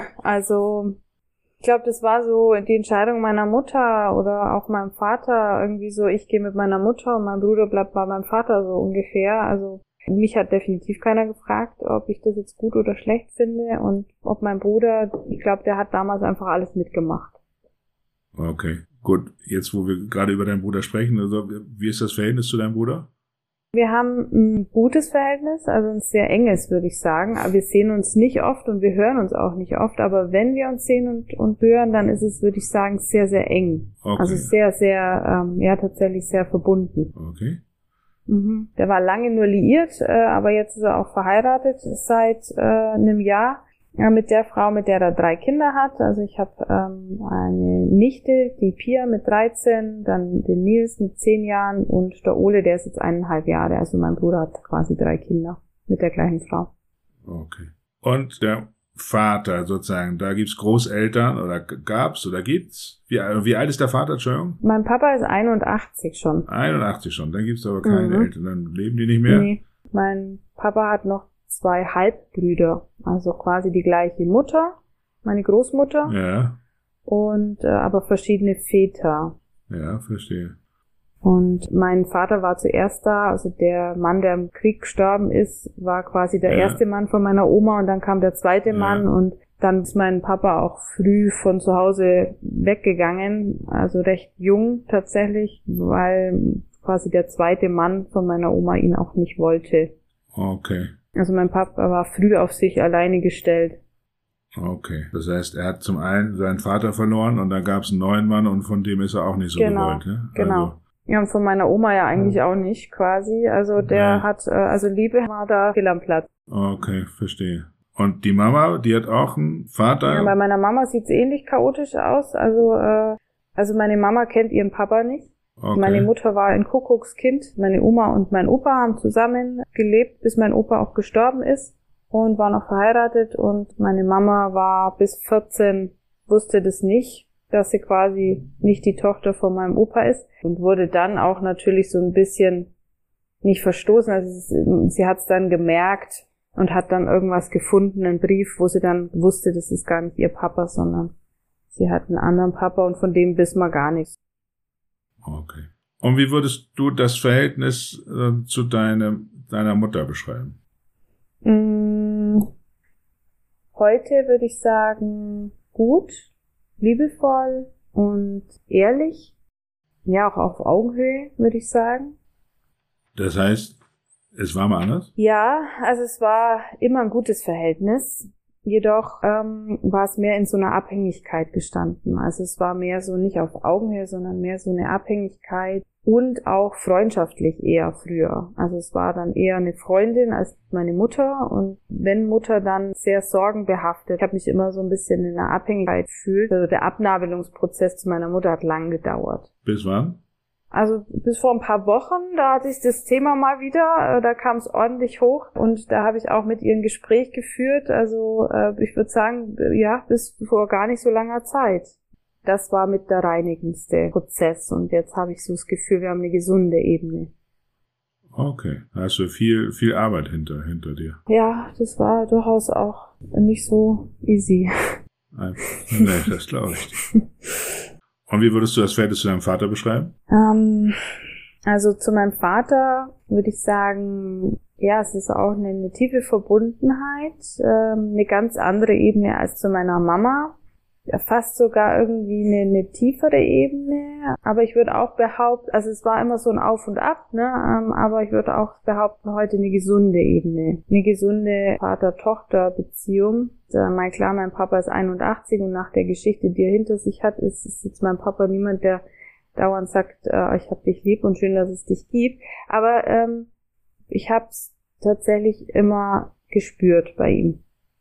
Also, ich glaube, das war so die Entscheidung meiner Mutter oder auch meinem Vater. Irgendwie so, ich gehe mit meiner Mutter und mein Bruder bleibt bei meinem Vater so ungefähr. Also, mich hat definitiv keiner gefragt, ob ich das jetzt gut oder schlecht finde und ob mein Bruder, ich glaube, der hat damals einfach alles mitgemacht. Okay, gut. Jetzt, wo wir gerade über deinen Bruder sprechen, also wie ist das Verhältnis zu deinem Bruder? Wir haben ein gutes Verhältnis, also ein sehr enges, würde ich sagen. Aber wir sehen uns nicht oft und wir hören uns auch nicht oft. Aber wenn wir uns sehen und, und hören, dann ist es, würde ich sagen, sehr, sehr eng. Okay. Also sehr, sehr, ähm, ja, tatsächlich sehr verbunden. Okay. Mhm. Der war lange nur liiert, äh, aber jetzt ist er auch verheiratet seit äh, einem Jahr äh, mit der Frau, mit der er drei Kinder hat. Also ich habe ähm, eine Nichte, die Pia mit dreizehn, dann den Nils mit zehn Jahren und der Ole, der ist jetzt eineinhalb Jahre. Also mein Bruder hat quasi drei Kinder mit der gleichen Frau. Okay. Und der Vater sozusagen, da gibt's Großeltern oder gab's oder gibt's? Wie, wie alt ist der Vater, Entschuldigung? Mein Papa ist einundachtzig schon. einundachtzig schon, dann gibt's aber keine Mhm. Eltern, dann leben die nicht mehr? Nee, mein Papa hat noch zwei Halbbrüder, also quasi die gleiche Mutter, meine Großmutter, Ja, und äh, aber verschiedene Väter. ja, verstehe. Und mein Vater war zuerst da, also der Mann, der im Krieg gestorben ist, war quasi der Ja. erste Mann von meiner Oma und dann kam der zweite Ja. Mann und dann ist mein Papa auch früh von zu Hause weggegangen, also recht jung tatsächlich, weil quasi der zweite Mann von meiner Oma ihn auch nicht wollte. Okay, Also mein Papa war früh auf sich alleine gestellt. okay. Das heißt, er hat zum einen seinen Vater verloren und dann gab's einen neuen Mann und von dem ist er auch nicht so Genau, gewollt, ne? genau. Also, Ja, und von meiner Oma ja eigentlich auch nicht, quasi. Also der Nee. hat, äh, also Liebe war da fehl am Platz. okay, verstehe. Und die Mama, die hat auch einen Vater? Ja, bei meiner Mama sieht's ähnlich chaotisch aus. Also, äh, also meine Mama kennt ihren Papa nicht. Okay. Meine Mutter war ein Kuckuckskind. Meine Oma und mein Opa haben zusammen gelebt, bis mein Opa auch gestorben ist und war noch verheiratet. Und meine Mama war bis vierzehn, wusste das nicht, dass sie quasi nicht die Tochter von meinem Opa ist und wurde dann auch natürlich so ein bisschen nicht verstoßen. Also sie, sie hat es dann gemerkt und hat dann irgendwas gefunden, einen Brief, wo sie dann wusste, das ist gar nicht ihr Papa, sondern sie hat einen anderen Papa und von dem wissen wir gar nichts. Okay. Und wie würdest du das Verhältnis äh, zu deine, deiner Mutter beschreiben? Mm, heute würde ich sagen, gut, liebevoll und ehrlich. Ja, auch auf Augenhöhe, würde ich sagen. Das heißt, es war mal anders? Ja, also es war immer ein gutes Verhältnis. Jedoch ähm, war es mehr in so einer Abhängigkeit gestanden. Also es war mehr so nicht auf Augenhöhe, sondern mehr so eine Abhängigkeit und auch freundschaftlich eher früher. Also es war dann eher eine Freundin als meine Mutter und wenn Mutter dann sehr sorgenbehaftet. Ich habe mich immer so ein bisschen in einer Abhängigkeit gefühlt. Also der Abnabelungsprozess zu meiner Mutter hat lang gedauert. Bis wann? Also bis vor ein paar Wochen, da hatte ich das Thema mal wieder, da kam es ordentlich hoch und da habe ich auch mit ihr ein Gespräch geführt. Also ich würde sagen, ja, bis vor gar nicht so langer Zeit. Das war mit der reinigendste Prozess und jetzt habe ich so das Gefühl, wir haben eine gesunde Ebene. Okay, hast du viel, viel Arbeit hinter, hinter dir. Ja, das war durchaus auch nicht so easy. Nee, das glaube ich. Und wie würdest du das Verhältnis zu deinem Vater beschreiben? Ähm, Also zu meinem Vater würde ich sagen, ja, es ist auch eine, eine tiefe Verbundenheit, ähm, eine ganz andere Ebene als zu meiner Mama. Fast sogar irgendwie eine, eine tiefere Ebene, aber ich würde auch behaupten, also es war immer so ein Auf und Ab, ne, ähm, aber ich würde auch behaupten, heute eine gesunde Ebene, eine gesunde Vater-Tochter-Beziehung. Äh, mein, klar, mein Papa ist einundachtzig und nach der Geschichte, die er hinter sich hat, ist, ist jetzt mein Papa niemand, der dauernd sagt, äh, ich hab dich lieb und schön, dass es dich gibt, aber ähm, ich habe es tatsächlich immer gespürt bei ihm.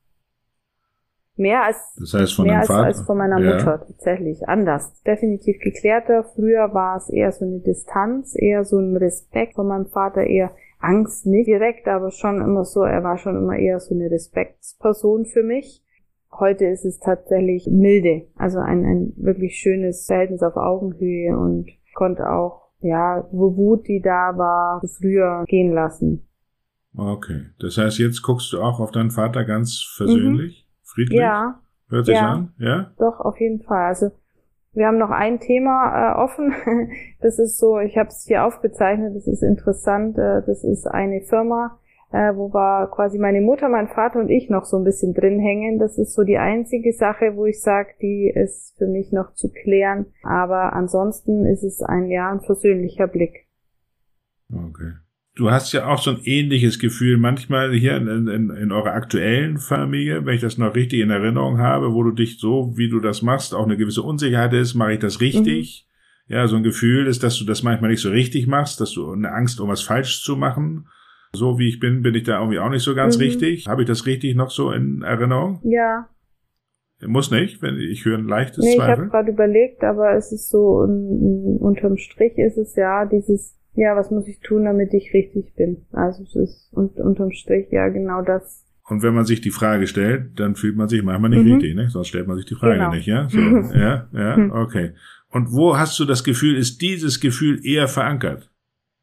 Mehr als, das heißt von mehr als, Vater? als von meiner Ja. Mutter, tatsächlich. Anders. Definitiv geklärter. Früher war es eher so eine Distanz, eher so ein Respekt. Von meinem Vater eher Angst, nicht direkt, aber schon immer so, er war schon immer eher so eine Respektsperson für mich. Heute ist es tatsächlich milde. Also ein, ein wirklich schönes Verhältnis auf Augenhöhe und konnte auch, ja, wo Wut, die da war, früher gehen lassen. Okay. Das heißt, jetzt guckst du auch auf deinen Vater ganz versöhnlich? Mhm. Friedlich? Ja. Hört sich ja, an? Ja? Doch, auf jeden Fall. Also wir haben noch ein Thema äh, offen. Das ist so, ich habe es hier aufgezeichnet, das ist interessant. Äh, das ist eine Firma, äh, wo war quasi meine Mutter, mein Vater und ich noch so ein bisschen drin hängen. Das ist so die einzige Sache, wo ich sage, die ist für mich noch zu klären. Aber ansonsten ist es ein, ja, ein versöhnlicher Blick. Okay. Du hast ja auch so ein ähnliches Gefühl manchmal hier in, in, in eurer aktuellen Familie, wenn ich das noch richtig in Erinnerung habe, wo du dich so, wie du das machst, auch eine gewisse Unsicherheit ist, mache ich das richtig? Mhm. Ja, so ein Gefühl ist, dass du das manchmal nicht so richtig machst, dass du eine Angst, um was falsch zu machen. So wie ich bin, bin ich da irgendwie auch nicht so ganz mhm. richtig. Habe ich das richtig noch so in Erinnerung? Ja. Muss nicht, wenn ich höre ein leichtes nee, Zweifel. Ich habe gerade überlegt, aber es ist so, un, unterm Strich ist es ja dieses, ja, was muss ich tun, damit ich richtig bin? Also es ist und, unterm Strich ja genau das. Und wenn man sich die Frage stellt, dann fühlt man sich manchmal nicht mhm. richtig, ne? Sonst stellt man sich die Frage genau. nicht, ja? So, ja, ja, okay. Und wo hast du das Gefühl, ist dieses Gefühl eher verankert?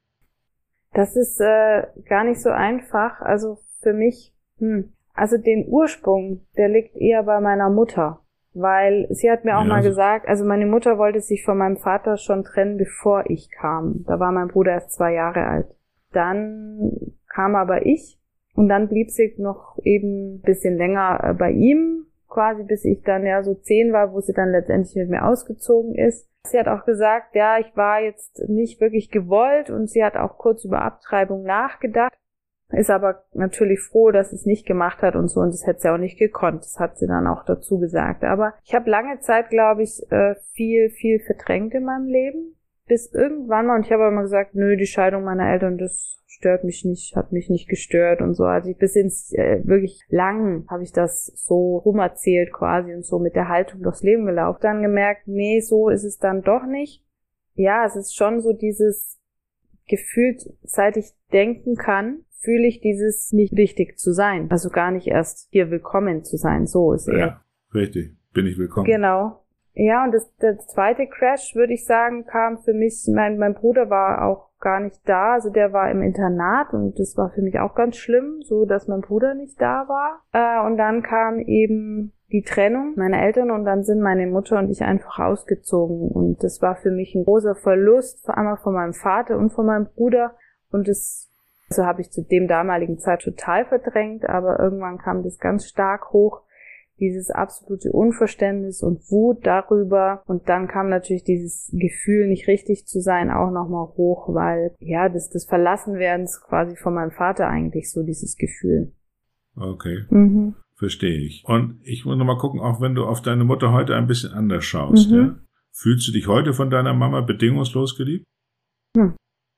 Das ist äh, gar nicht so einfach. Also für mich, hm, also den Ursprung, der liegt eher bei meiner Mutter. Weil sie hat mir auch ja, mal gesagt, also meine Mutter wollte sich von meinem Vater schon trennen, bevor ich kam. Da war mein Bruder erst zwei Jahre alt. Dann kam aber ich und dann blieb sie noch eben ein bisschen länger bei ihm, quasi bis ich dann ja so zehn war, wo sie dann letztendlich mit mir ausgezogen ist. Sie hat auch gesagt, ja, ich war jetzt nicht wirklich gewollt und sie hat auch kurz über Abtreibung nachgedacht. Ist aber natürlich froh, dass sie es nicht gemacht hat und so, und das hätte sie auch nicht gekonnt. Das hat sie dann auch dazu gesagt. Aber ich habe lange Zeit, glaube ich, viel, viel verdrängt in meinem Leben. Bis irgendwann mal, und ich habe immer gesagt, nö, die Scheidung meiner Eltern, das stört mich nicht, hat mich nicht gestört und so. Also ich bis ins, äh, wirklich lang habe ich das so rumerzählt quasi und so mit der Haltung durchs Leben gelaufen. Dann gemerkt, nee, so ist es dann doch nicht. Ja, es ist schon so dieses Gefühl, seit ich denken kann, fühle ich dieses nicht richtig zu sein. Also gar nicht erst hier willkommen zu sein. So ist er. Ja, richtig. Bin ich willkommen. Genau. Ja, und das, der zweite Crash, würde ich sagen, kam für mich, mein, mein Bruder war auch gar nicht da. Also der war im Internat und das war für mich auch ganz schlimm, so dass mein Bruder nicht da war. Äh, und dann kam eben die Trennung meiner Eltern und dann sind meine Mutter und ich einfach ausgezogen. Und das war für mich ein großer Verlust, vor allem von meinem Vater und von meinem Bruder. Und das So habe ich zu dem damaligen Zeit total verdrängt, aber irgendwann kam das ganz stark hoch, dieses absolute Unverständnis und Wut darüber. Und dann kam natürlich dieses Gefühl, nicht richtig zu sein, auch nochmal hoch, weil, ja, das, das Verlassenwerdens quasi von meinem Vater eigentlich so, dieses Gefühl. Okay, mhm. verstehe ich. Und ich muss nochmal gucken, auch wenn du auf deine Mutter heute ein bisschen anders schaust, mhm. ja? Fühlst du dich heute von deiner Mama bedingungslos geliebt? Hm.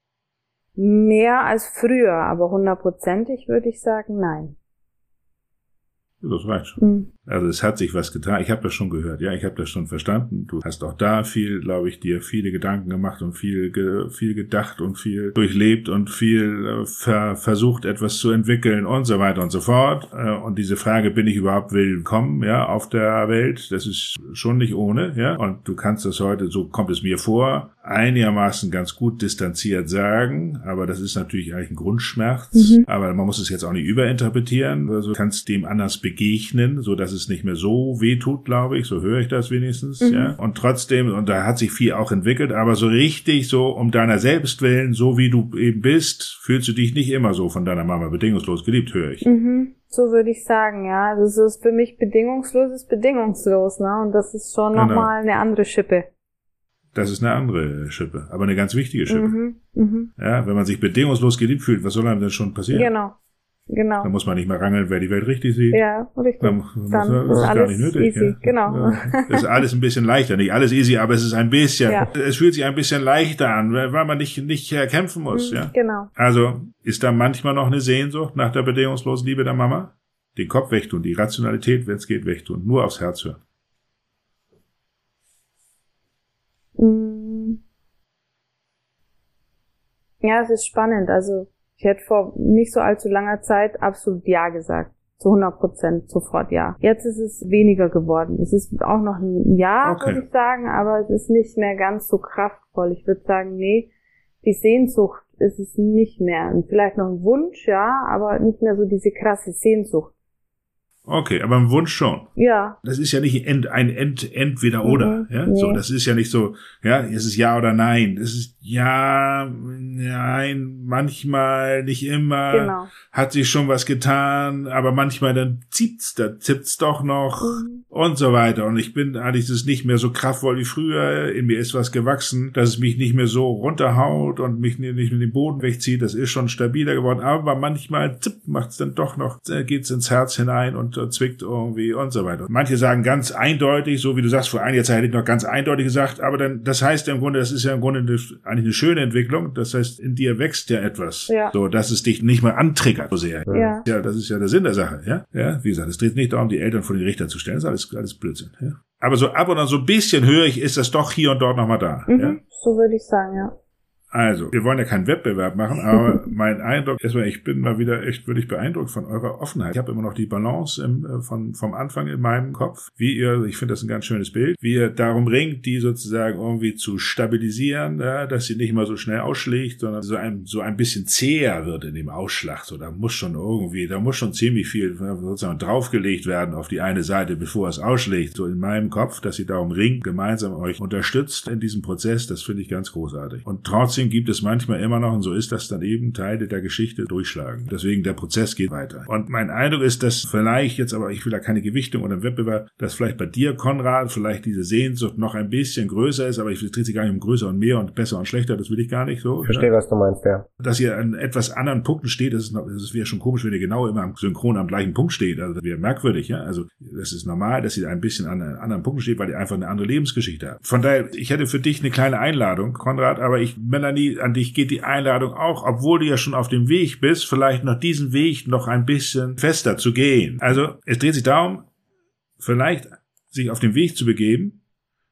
Mehr als früher, aber hundertprozentig würde ich sagen, nein. Das reicht schon. Mhm. Also es hat sich was getan. Ich habe das schon gehört, ja, ich habe das schon verstanden. Du hast auch da viel, glaube ich, dir viele Gedanken gemacht und viel ge- viel gedacht und viel durchlebt und viel äh, ver- versucht, etwas zu entwickeln und so weiter und so fort. Äh, und diese Frage, bin ich überhaupt willkommen, ja, auf der Welt, das ist schon nicht ohne, ja. Und du kannst das heute, so kommt es mir vor, einigermaßen ganz gut distanziert sagen, aber das ist natürlich eigentlich ein Grundschmerz. Mhm. Aber man muss es jetzt auch nicht überinterpretieren. Also du kannst dem anders begegnen, so dass dass es nicht mehr so weh tut, glaube ich. So höre ich das wenigstens, Mhm. ja. Und trotzdem, und da hat sich viel auch entwickelt, aber so richtig so um deiner selbst willen, so wie du eben bist, fühlst du dich nicht immer so von deiner Mama bedingungslos geliebt, höre ich. Mhm. So würde ich sagen, ja. Also es ist für mich bedingungslos, ist bedingungslos, ne? Und das ist schon Genau. nochmal eine andere Schippe. Das ist eine andere Schippe, aber eine ganz wichtige Schippe. Mhm. Mhm. Ja, wenn man sich bedingungslos geliebt fühlt, was soll einem denn schon passieren? Genau. Genau. Da muss man nicht mal rangeln, wer die Welt richtig sieht. Ja, richtig. Dann, Dann das ist ist gar alles nicht nötig. easy, Ja. genau. Ja. Das ist alles ein bisschen leichter. Nicht alles easy, aber es ist ein bisschen, Ja. es fühlt sich ein bisschen leichter an, weil man nicht, nicht kämpfen muss. Mhm, Ja. Genau. Also ist da manchmal noch eine Sehnsucht nach der bedingungslosen Liebe der Mama? Den Kopf wegtun, die Rationalität, wenn es geht, wegtun. Nur aufs Herz hören. Mm. Ja, es ist spannend. Also ich hätte vor nicht so allzu langer Zeit absolut Ja gesagt. Zu hundert Prozent sofort Ja. Jetzt ist es weniger geworden. Es ist auch noch ein Ja, Okay. würde ich sagen, aber es ist nicht mehr ganz so kraftvoll. Ich würde sagen, nee, die Sehnsucht ist es nicht mehr. Und vielleicht noch ein Wunsch, ja, aber nicht mehr so diese krasse Sehnsucht. Okay, aber ein Wunsch schon. Ja. Das ist ja nicht ein, ein Ent, entweder oder, Mhm, ja, nee. so, das ist ja nicht so, ja, es ist ja oder nein, es ist ja, nein, manchmal, nicht immer, Genau. hat sich schon was getan, aber manchmal dann zieht's, da zippt's doch noch Mhm. und so weiter und ich bin eigentlich, es ist nicht mehr so kraftvoll wie früher, in mir ist was gewachsen, dass es mich nicht mehr so runterhaut und mich nicht mit dem Boden wegzieht, das ist schon stabiler geworden, aber manchmal zipp, macht's dann doch noch, äh, geht's ins Herz hinein und und zwickt irgendwie und so weiter. Manche sagen ganz eindeutig, so wie du sagst, vor einiger Zeit hätte ich noch ganz eindeutig gesagt, aber dann, das heißt im Grunde, das ist ja im Grunde eine, eigentlich eine schöne Entwicklung, das heißt, in dir wächst ja etwas, Ja. so, dass es dich nicht mehr antriggert so sehr. Ja. Ja, das ist ja der Sinn der Sache, ja. Ja, wie gesagt, es dreht nicht darum, die Eltern vor den Richter zu stellen, das ist alles, alles Blödsinn, ja. Aber so ab und an so ein bisschen höre ich, ist das doch hier und dort nochmal da, Mhm. ja. So würde ich sagen, ja. Also, wir wollen ja keinen Wettbewerb machen, aber mein Eindruck, erstmal, ich bin mal wieder echt wirklich beeindruckt von eurer Offenheit. Ich habe immer noch die Balance im, äh, von, vom Anfang in meinem Kopf, wie ihr, ich finde das ein ganz schönes Bild, wie ihr darum ringt, die sozusagen irgendwie zu stabilisieren, ja, dass sie nicht mal so schnell ausschlägt, sondern so ein, so ein bisschen zäher wird in dem Ausschlag. So, da muss schon irgendwie, da muss schon ziemlich viel sozusagen draufgelegt werden auf die eine Seite, bevor es ausschlägt. So in meinem Kopf, dass sie darum ringt, gemeinsam euch unterstützt in diesem Prozess, das finde ich ganz großartig. Und trotzdem gibt es manchmal immer noch, und so ist das dann eben, Teile der Geschichte durchschlagen. Deswegen der Prozess geht weiter. Und mein Eindruck ist, dass vielleicht jetzt, aber ich will da keine Gewichtung oder einen Wettbewerb, dass vielleicht bei dir, Konrad, vielleicht diese Sehnsucht noch ein bisschen größer ist, aber ich dreht sich gar nicht um größer und mehr und besser und schlechter, das will ich gar nicht so. Ich verstehe, ja? was du meinst, ja. Dass ihr an etwas anderen Punkten steht, das ist, noch, das wäre schon komisch, wenn ihr genau immer am synchron am gleichen Punkt steht. Also das wäre merkwürdig, ja. Also das ist normal, dass ihr ein bisschen an anderen Punkten steht, weil ihr einfach eine andere Lebensgeschichte habt. Von daher, ich hätte für dich eine kleine Einladung, Konrad, aber ich, Melanie, an dich geht die Einladung auch, obwohl du ja schon auf dem Weg bist, vielleicht noch diesen Weg noch ein bisschen fester zu gehen. Also es dreht sich darum, vielleicht sich auf den Weg zu begeben,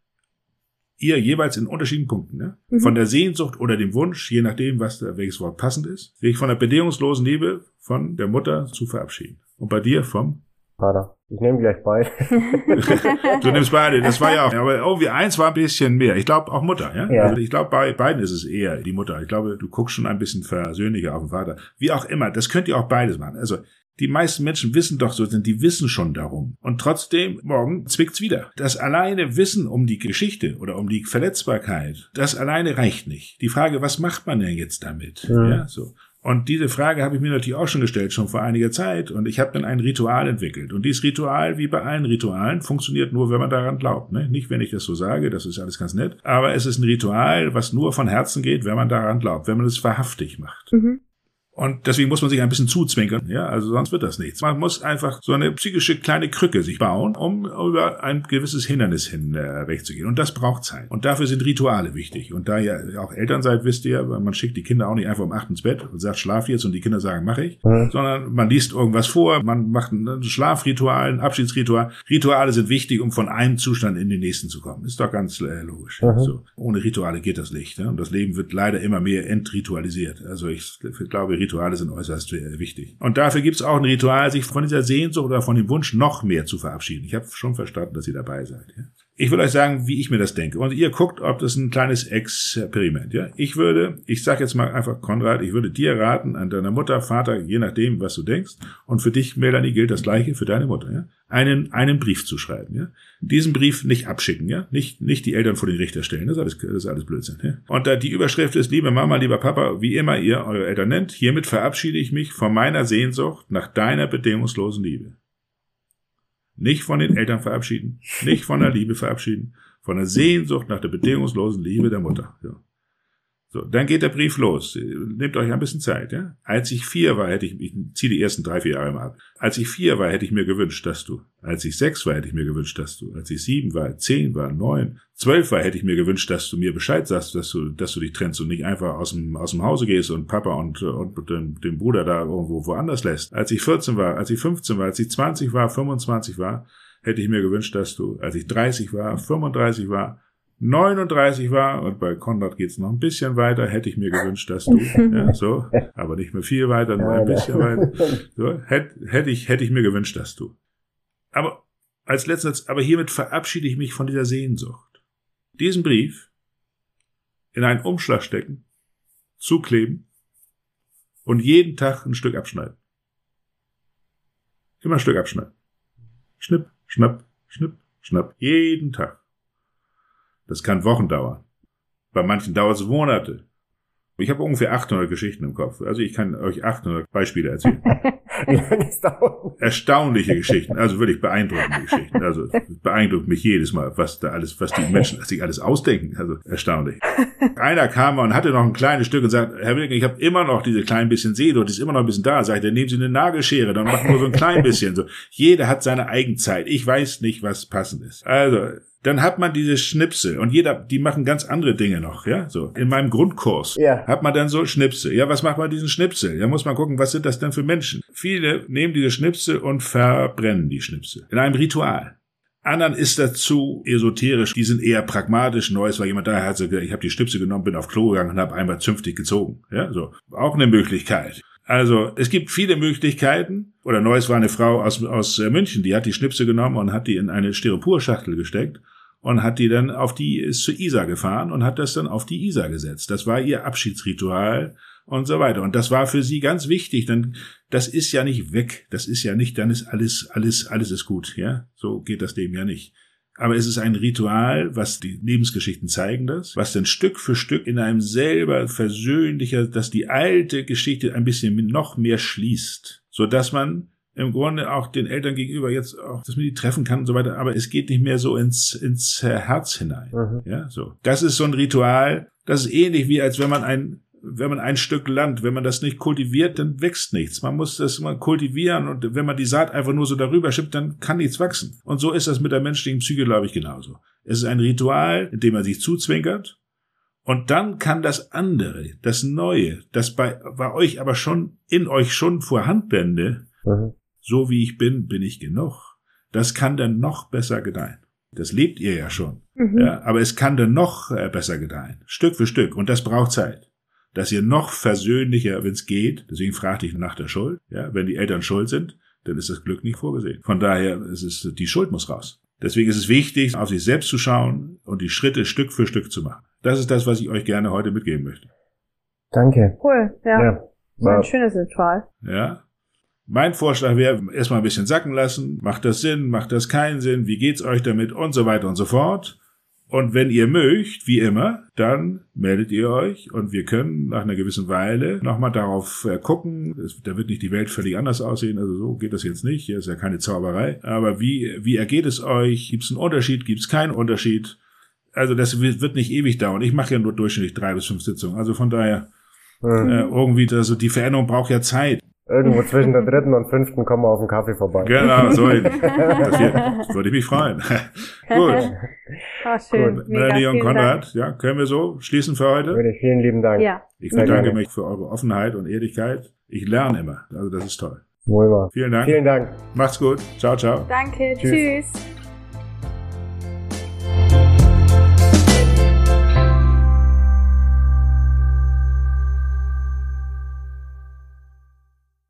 ihr jeweils in unterschiedlichen Punkten, ne? Mhm. Von der Sehnsucht oder dem Wunsch, je nachdem, was da, welches Wort passend ist, sich von der bedingungslosen Liebe von der Mutter zu verabschieden. Und bei dir vom Vater. Ich nehme gleich beide. Du nimmst beide, das war ja auch, aber irgendwie eins war ein bisschen mehr. Ich glaube auch Mutter, ja? Ja. Also ich glaube, bei beiden ist es eher die Mutter. Ich glaube, du guckst schon ein bisschen versöhnlicher auf den Vater. Wie auch immer, das könnt ihr auch beides machen. Also, die meisten Menschen wissen doch so, die wissen schon darum. Und trotzdem, morgen zwickt's wieder. Das alleine Wissen um die Geschichte oder um die Verletzbarkeit, das alleine reicht nicht. Die Frage, was macht man denn jetzt damit? Mhm. Ja, so. Und diese Frage habe ich mir natürlich auch schon gestellt, schon vor einiger Zeit. Und ich habe dann ein Ritual entwickelt. Und dieses Ritual, wie bei allen Ritualen, funktioniert nur, wenn man daran glaubt. Ne? Nicht, wenn ich das so sage, das ist alles ganz nett. Aber es ist ein Ritual, was nur von Herzen geht, wenn man daran glaubt, wenn man es wahrhaftig macht. Mhm. Und deswegen muss man sich ein bisschen zuzwinkern, ja, also sonst wird das nichts. Man muss einfach so eine psychische kleine Krücke sich bauen, um über ein gewisses Hindernis hin äh, wegzugehen. Und das braucht Zeit. Und dafür sind Rituale wichtig. Und da ihr auch Eltern seid, wisst ihr, man schickt die Kinder auch nicht einfach um acht ins Bett und sagt, schlaf jetzt, und die Kinder sagen, mach ich. Mhm. Sondern man liest irgendwas vor, man macht ein Schlafritual, ein Abschiedsritual. Rituale sind wichtig, um von einem Zustand in den nächsten zu kommen. Ist doch ganz äh, logisch. Mhm. So. Ohne Rituale geht das nicht. Ne? Und das Leben wird leider immer mehr entritualisiert. Also ich, ich glaube, Rituale Rituale sind äußerst wichtig. Und dafür gibt es auch ein Ritual, sich von dieser Sehnsucht oder von dem Wunsch noch mehr zu verabschieden. Ich habe schon verstanden, dass ihr dabei seid. Ja? Ich will euch sagen, wie ich mir das denke. Und ihr guckt, ob das ein kleines Experiment. Ja? Ich würde, ich sage jetzt mal einfach, Konrad, ich würde dir raten, an deiner Mutter, Vater, je nachdem, was du denkst. Und für dich, Melanie, gilt das Gleiche für deine Mutter. Ja? Einen, einen Brief zu schreiben. Ja? Diesen Brief nicht abschicken. Ja? Nicht, nicht die Eltern vor den Richter stellen. Das ist alles, das ist alles Blödsinn. Ja? Und da die Überschrift ist, liebe Mama, lieber Papa, wie immer ihr eure Eltern nennt, hiermit verabschiede ich mich von meiner Sehnsucht nach deiner bedingungslosen Liebe. Nicht von den Eltern verabschieden, nicht von der Liebe verabschieden, von der Sehnsucht nach der bedingungslosen Liebe der Mutter. Ja. So, dann geht der Brief los. Nehmt euch ein bisschen Zeit. Ja? Als ich vier war, hätte ich, ich ziehe die ersten drei, vier Jahre mal ab. Als ich vier war, hätte ich mir gewünscht, dass du. Als ich sechs war, hätte ich mir gewünscht, dass du. Als ich sieben war, zehn war, neun, zwölf war, hätte ich mir gewünscht, dass du mir Bescheid sagst, dass du, dass du dich trennst und nicht einfach aus dem, aus dem Hause gehst und Papa und, und den, den Bruder da irgendwo woanders lässt. Als ich vierzehn war, als ich fünfzehn war, als ich zwanzig war, fünfundzwanzig war, hätte ich mir gewünscht, dass du. Als ich dreißig war, fünfunddreißig war, neununddreißig war, und bei Konrad geht's noch ein bisschen weiter, hätte ich mir gewünscht, dass du, ja, so, aber nicht mehr viel weiter, nur ein bisschen weiter, so, hätte, hätte ich, hätte ich mir gewünscht, dass du. Aber als letztes, aber hiermit verabschiede ich mich von dieser Sehnsucht. Diesen Brief in einen Umschlag stecken, zukleben und jeden Tag ein Stück abschneiden. Immer ein Stück abschneiden. Schnipp, schnapp, schnipp, schnapp. Jeden Tag. Das kann Wochen dauern. Bei manchen dauert es Monate. Ich habe ungefähr achthundert Geschichten im Kopf. Also ich kann euch achthundert Beispiele erzählen. Wie lange ist das? Erstaunliche Geschichten, also wirklich beeindruckende Geschichten. Also beeindruckt mich jedes Mal, was da alles, was die Menschen sich alles ausdenken. Also erstaunlich. Einer kam und hatte noch ein kleines Stück und sagt, Herr Wilken, ich habe immer noch diese kleinen bisschen Seele, die ist immer noch ein bisschen da. Sagt er, nehmen Sie eine Nagelschere, dann machen wir so ein klein bisschen. So, jeder hat seine Eigenzeit. Ich weiß nicht, was passend ist. Also dann hat man diese Schnipsel und jeder, die machen ganz andere Dinge noch, ja, so. In meinem Grundkurs ja. hat man dann so Schnipsel. Ja, was macht man mit diesen Schnipsel? Da muss man gucken, was sind das denn für Menschen? Viele nehmen diese Schnipsel und verbrennen die Schnipsel. In einem Ritual. Anderen ist dazu esoterisch, die sind eher pragmatisch. Neues war jemand da, hat so gesagt, ich habe die Schnipsel genommen, bin auf Klo gegangen und habe einmal zünftig gezogen. Ja, so. Auch eine Möglichkeit. Also, es gibt viele Möglichkeiten. Oder Neues war eine Frau aus, aus München, die hat die Schnipsel genommen und hat die in eine Styroporschachtel gesteckt und hat die dann auf die, ist zur Isar gefahren und hat das dann auf die Isar gesetzt. Das war ihr Abschiedsritual und so weiter. Und das war für sie ganz wichtig, denn das ist ja nicht weg. Das ist ja nicht, dann ist alles, alles, alles ist gut, ja. So geht das Leben ja nicht. Aber es ist ein Ritual, was die Lebensgeschichten zeigen das, was dann Stück für Stück in einem selber versöhnlicher, dass die alte Geschichte ein bisschen noch mehr schließt, so dass man im Grunde auch den Eltern gegenüber jetzt auch, dass man die treffen kann und so weiter, aber es geht nicht mehr so ins, ins Herz hinein, mhm. ja, so. Das ist so ein Ritual, das ist ähnlich wie als wenn man ein wenn man ein Stück Land, wenn man das nicht kultiviert, dann wächst nichts. Man muss das mal kultivieren und wenn man die Saat einfach nur so darüber schippt, dann kann nichts wachsen. Und so ist das mit der menschlichen Psyche, glaube ich, genauso. Es ist ein Ritual, in dem man sich zuzwinkert und dann kann das andere, das Neue, das bei, bei euch aber schon, in euch schon vorhanden, mhm. so wie ich bin, bin ich genug. Das kann dann noch besser gedeihen. Das lebt ihr ja schon. Mhm. Ja, aber es kann dann noch besser gedeihen. Stück für Stück. Und das braucht Zeit. Dass ihr noch versöhnlicher, wenn es geht, deswegen fragte ich nach der Schuld, ja, wenn die Eltern schuld sind, dann ist das Glück nicht vorgesehen. Von daher ist es, die Schuld muss raus. Deswegen ist es wichtig, auf sich selbst zu schauen und die Schritte Stück für Stück zu machen. Das ist das, was ich euch gerne heute mitgeben möchte. Danke. Cool, ja. ja. Das ist ein schönes Ritual. Ja. Mein Vorschlag wäre, erstmal ein bisschen sacken lassen. Macht das Sinn? Macht das keinen Sinn? Wie geht's euch damit? Und so weiter und so fort. Und wenn ihr mögt, wie immer, dann meldet ihr euch und wir können nach einer gewissen Weile nochmal darauf äh, gucken. Es, da wird nicht die Welt völlig anders aussehen, also so geht das jetzt nicht. Hier ist ja keine Zauberei. Aber wie, wie ergeht es euch? Gibt es einen Unterschied? Gibt es keinen Unterschied? Also das wird nicht ewig dauern. Ich mache ja nur durchschnittlich drei bis fünf Sitzungen. Also von daher, mhm. äh, irgendwie, also die Veränderung braucht ja Zeit. Irgendwo zwischen der dritten und fünften kommen wir auf den Kaffee vorbei. Genau, so. Das, das würde ich mich freuen. Gut. Oh, schön. Gut. Melanie und Konrad, Dank. Ja, können wir so schließen für heute? Würde ich vielen lieben Dank. Ja. Ich bedanke mich für eure Offenheit und Ehrlichkeit. Ich lerne immer. Also das ist toll. Wunderbar. Vielen Dank. Vielen Dank. Macht's gut. Ciao, ciao. Danke. Tschüss. Tschüss.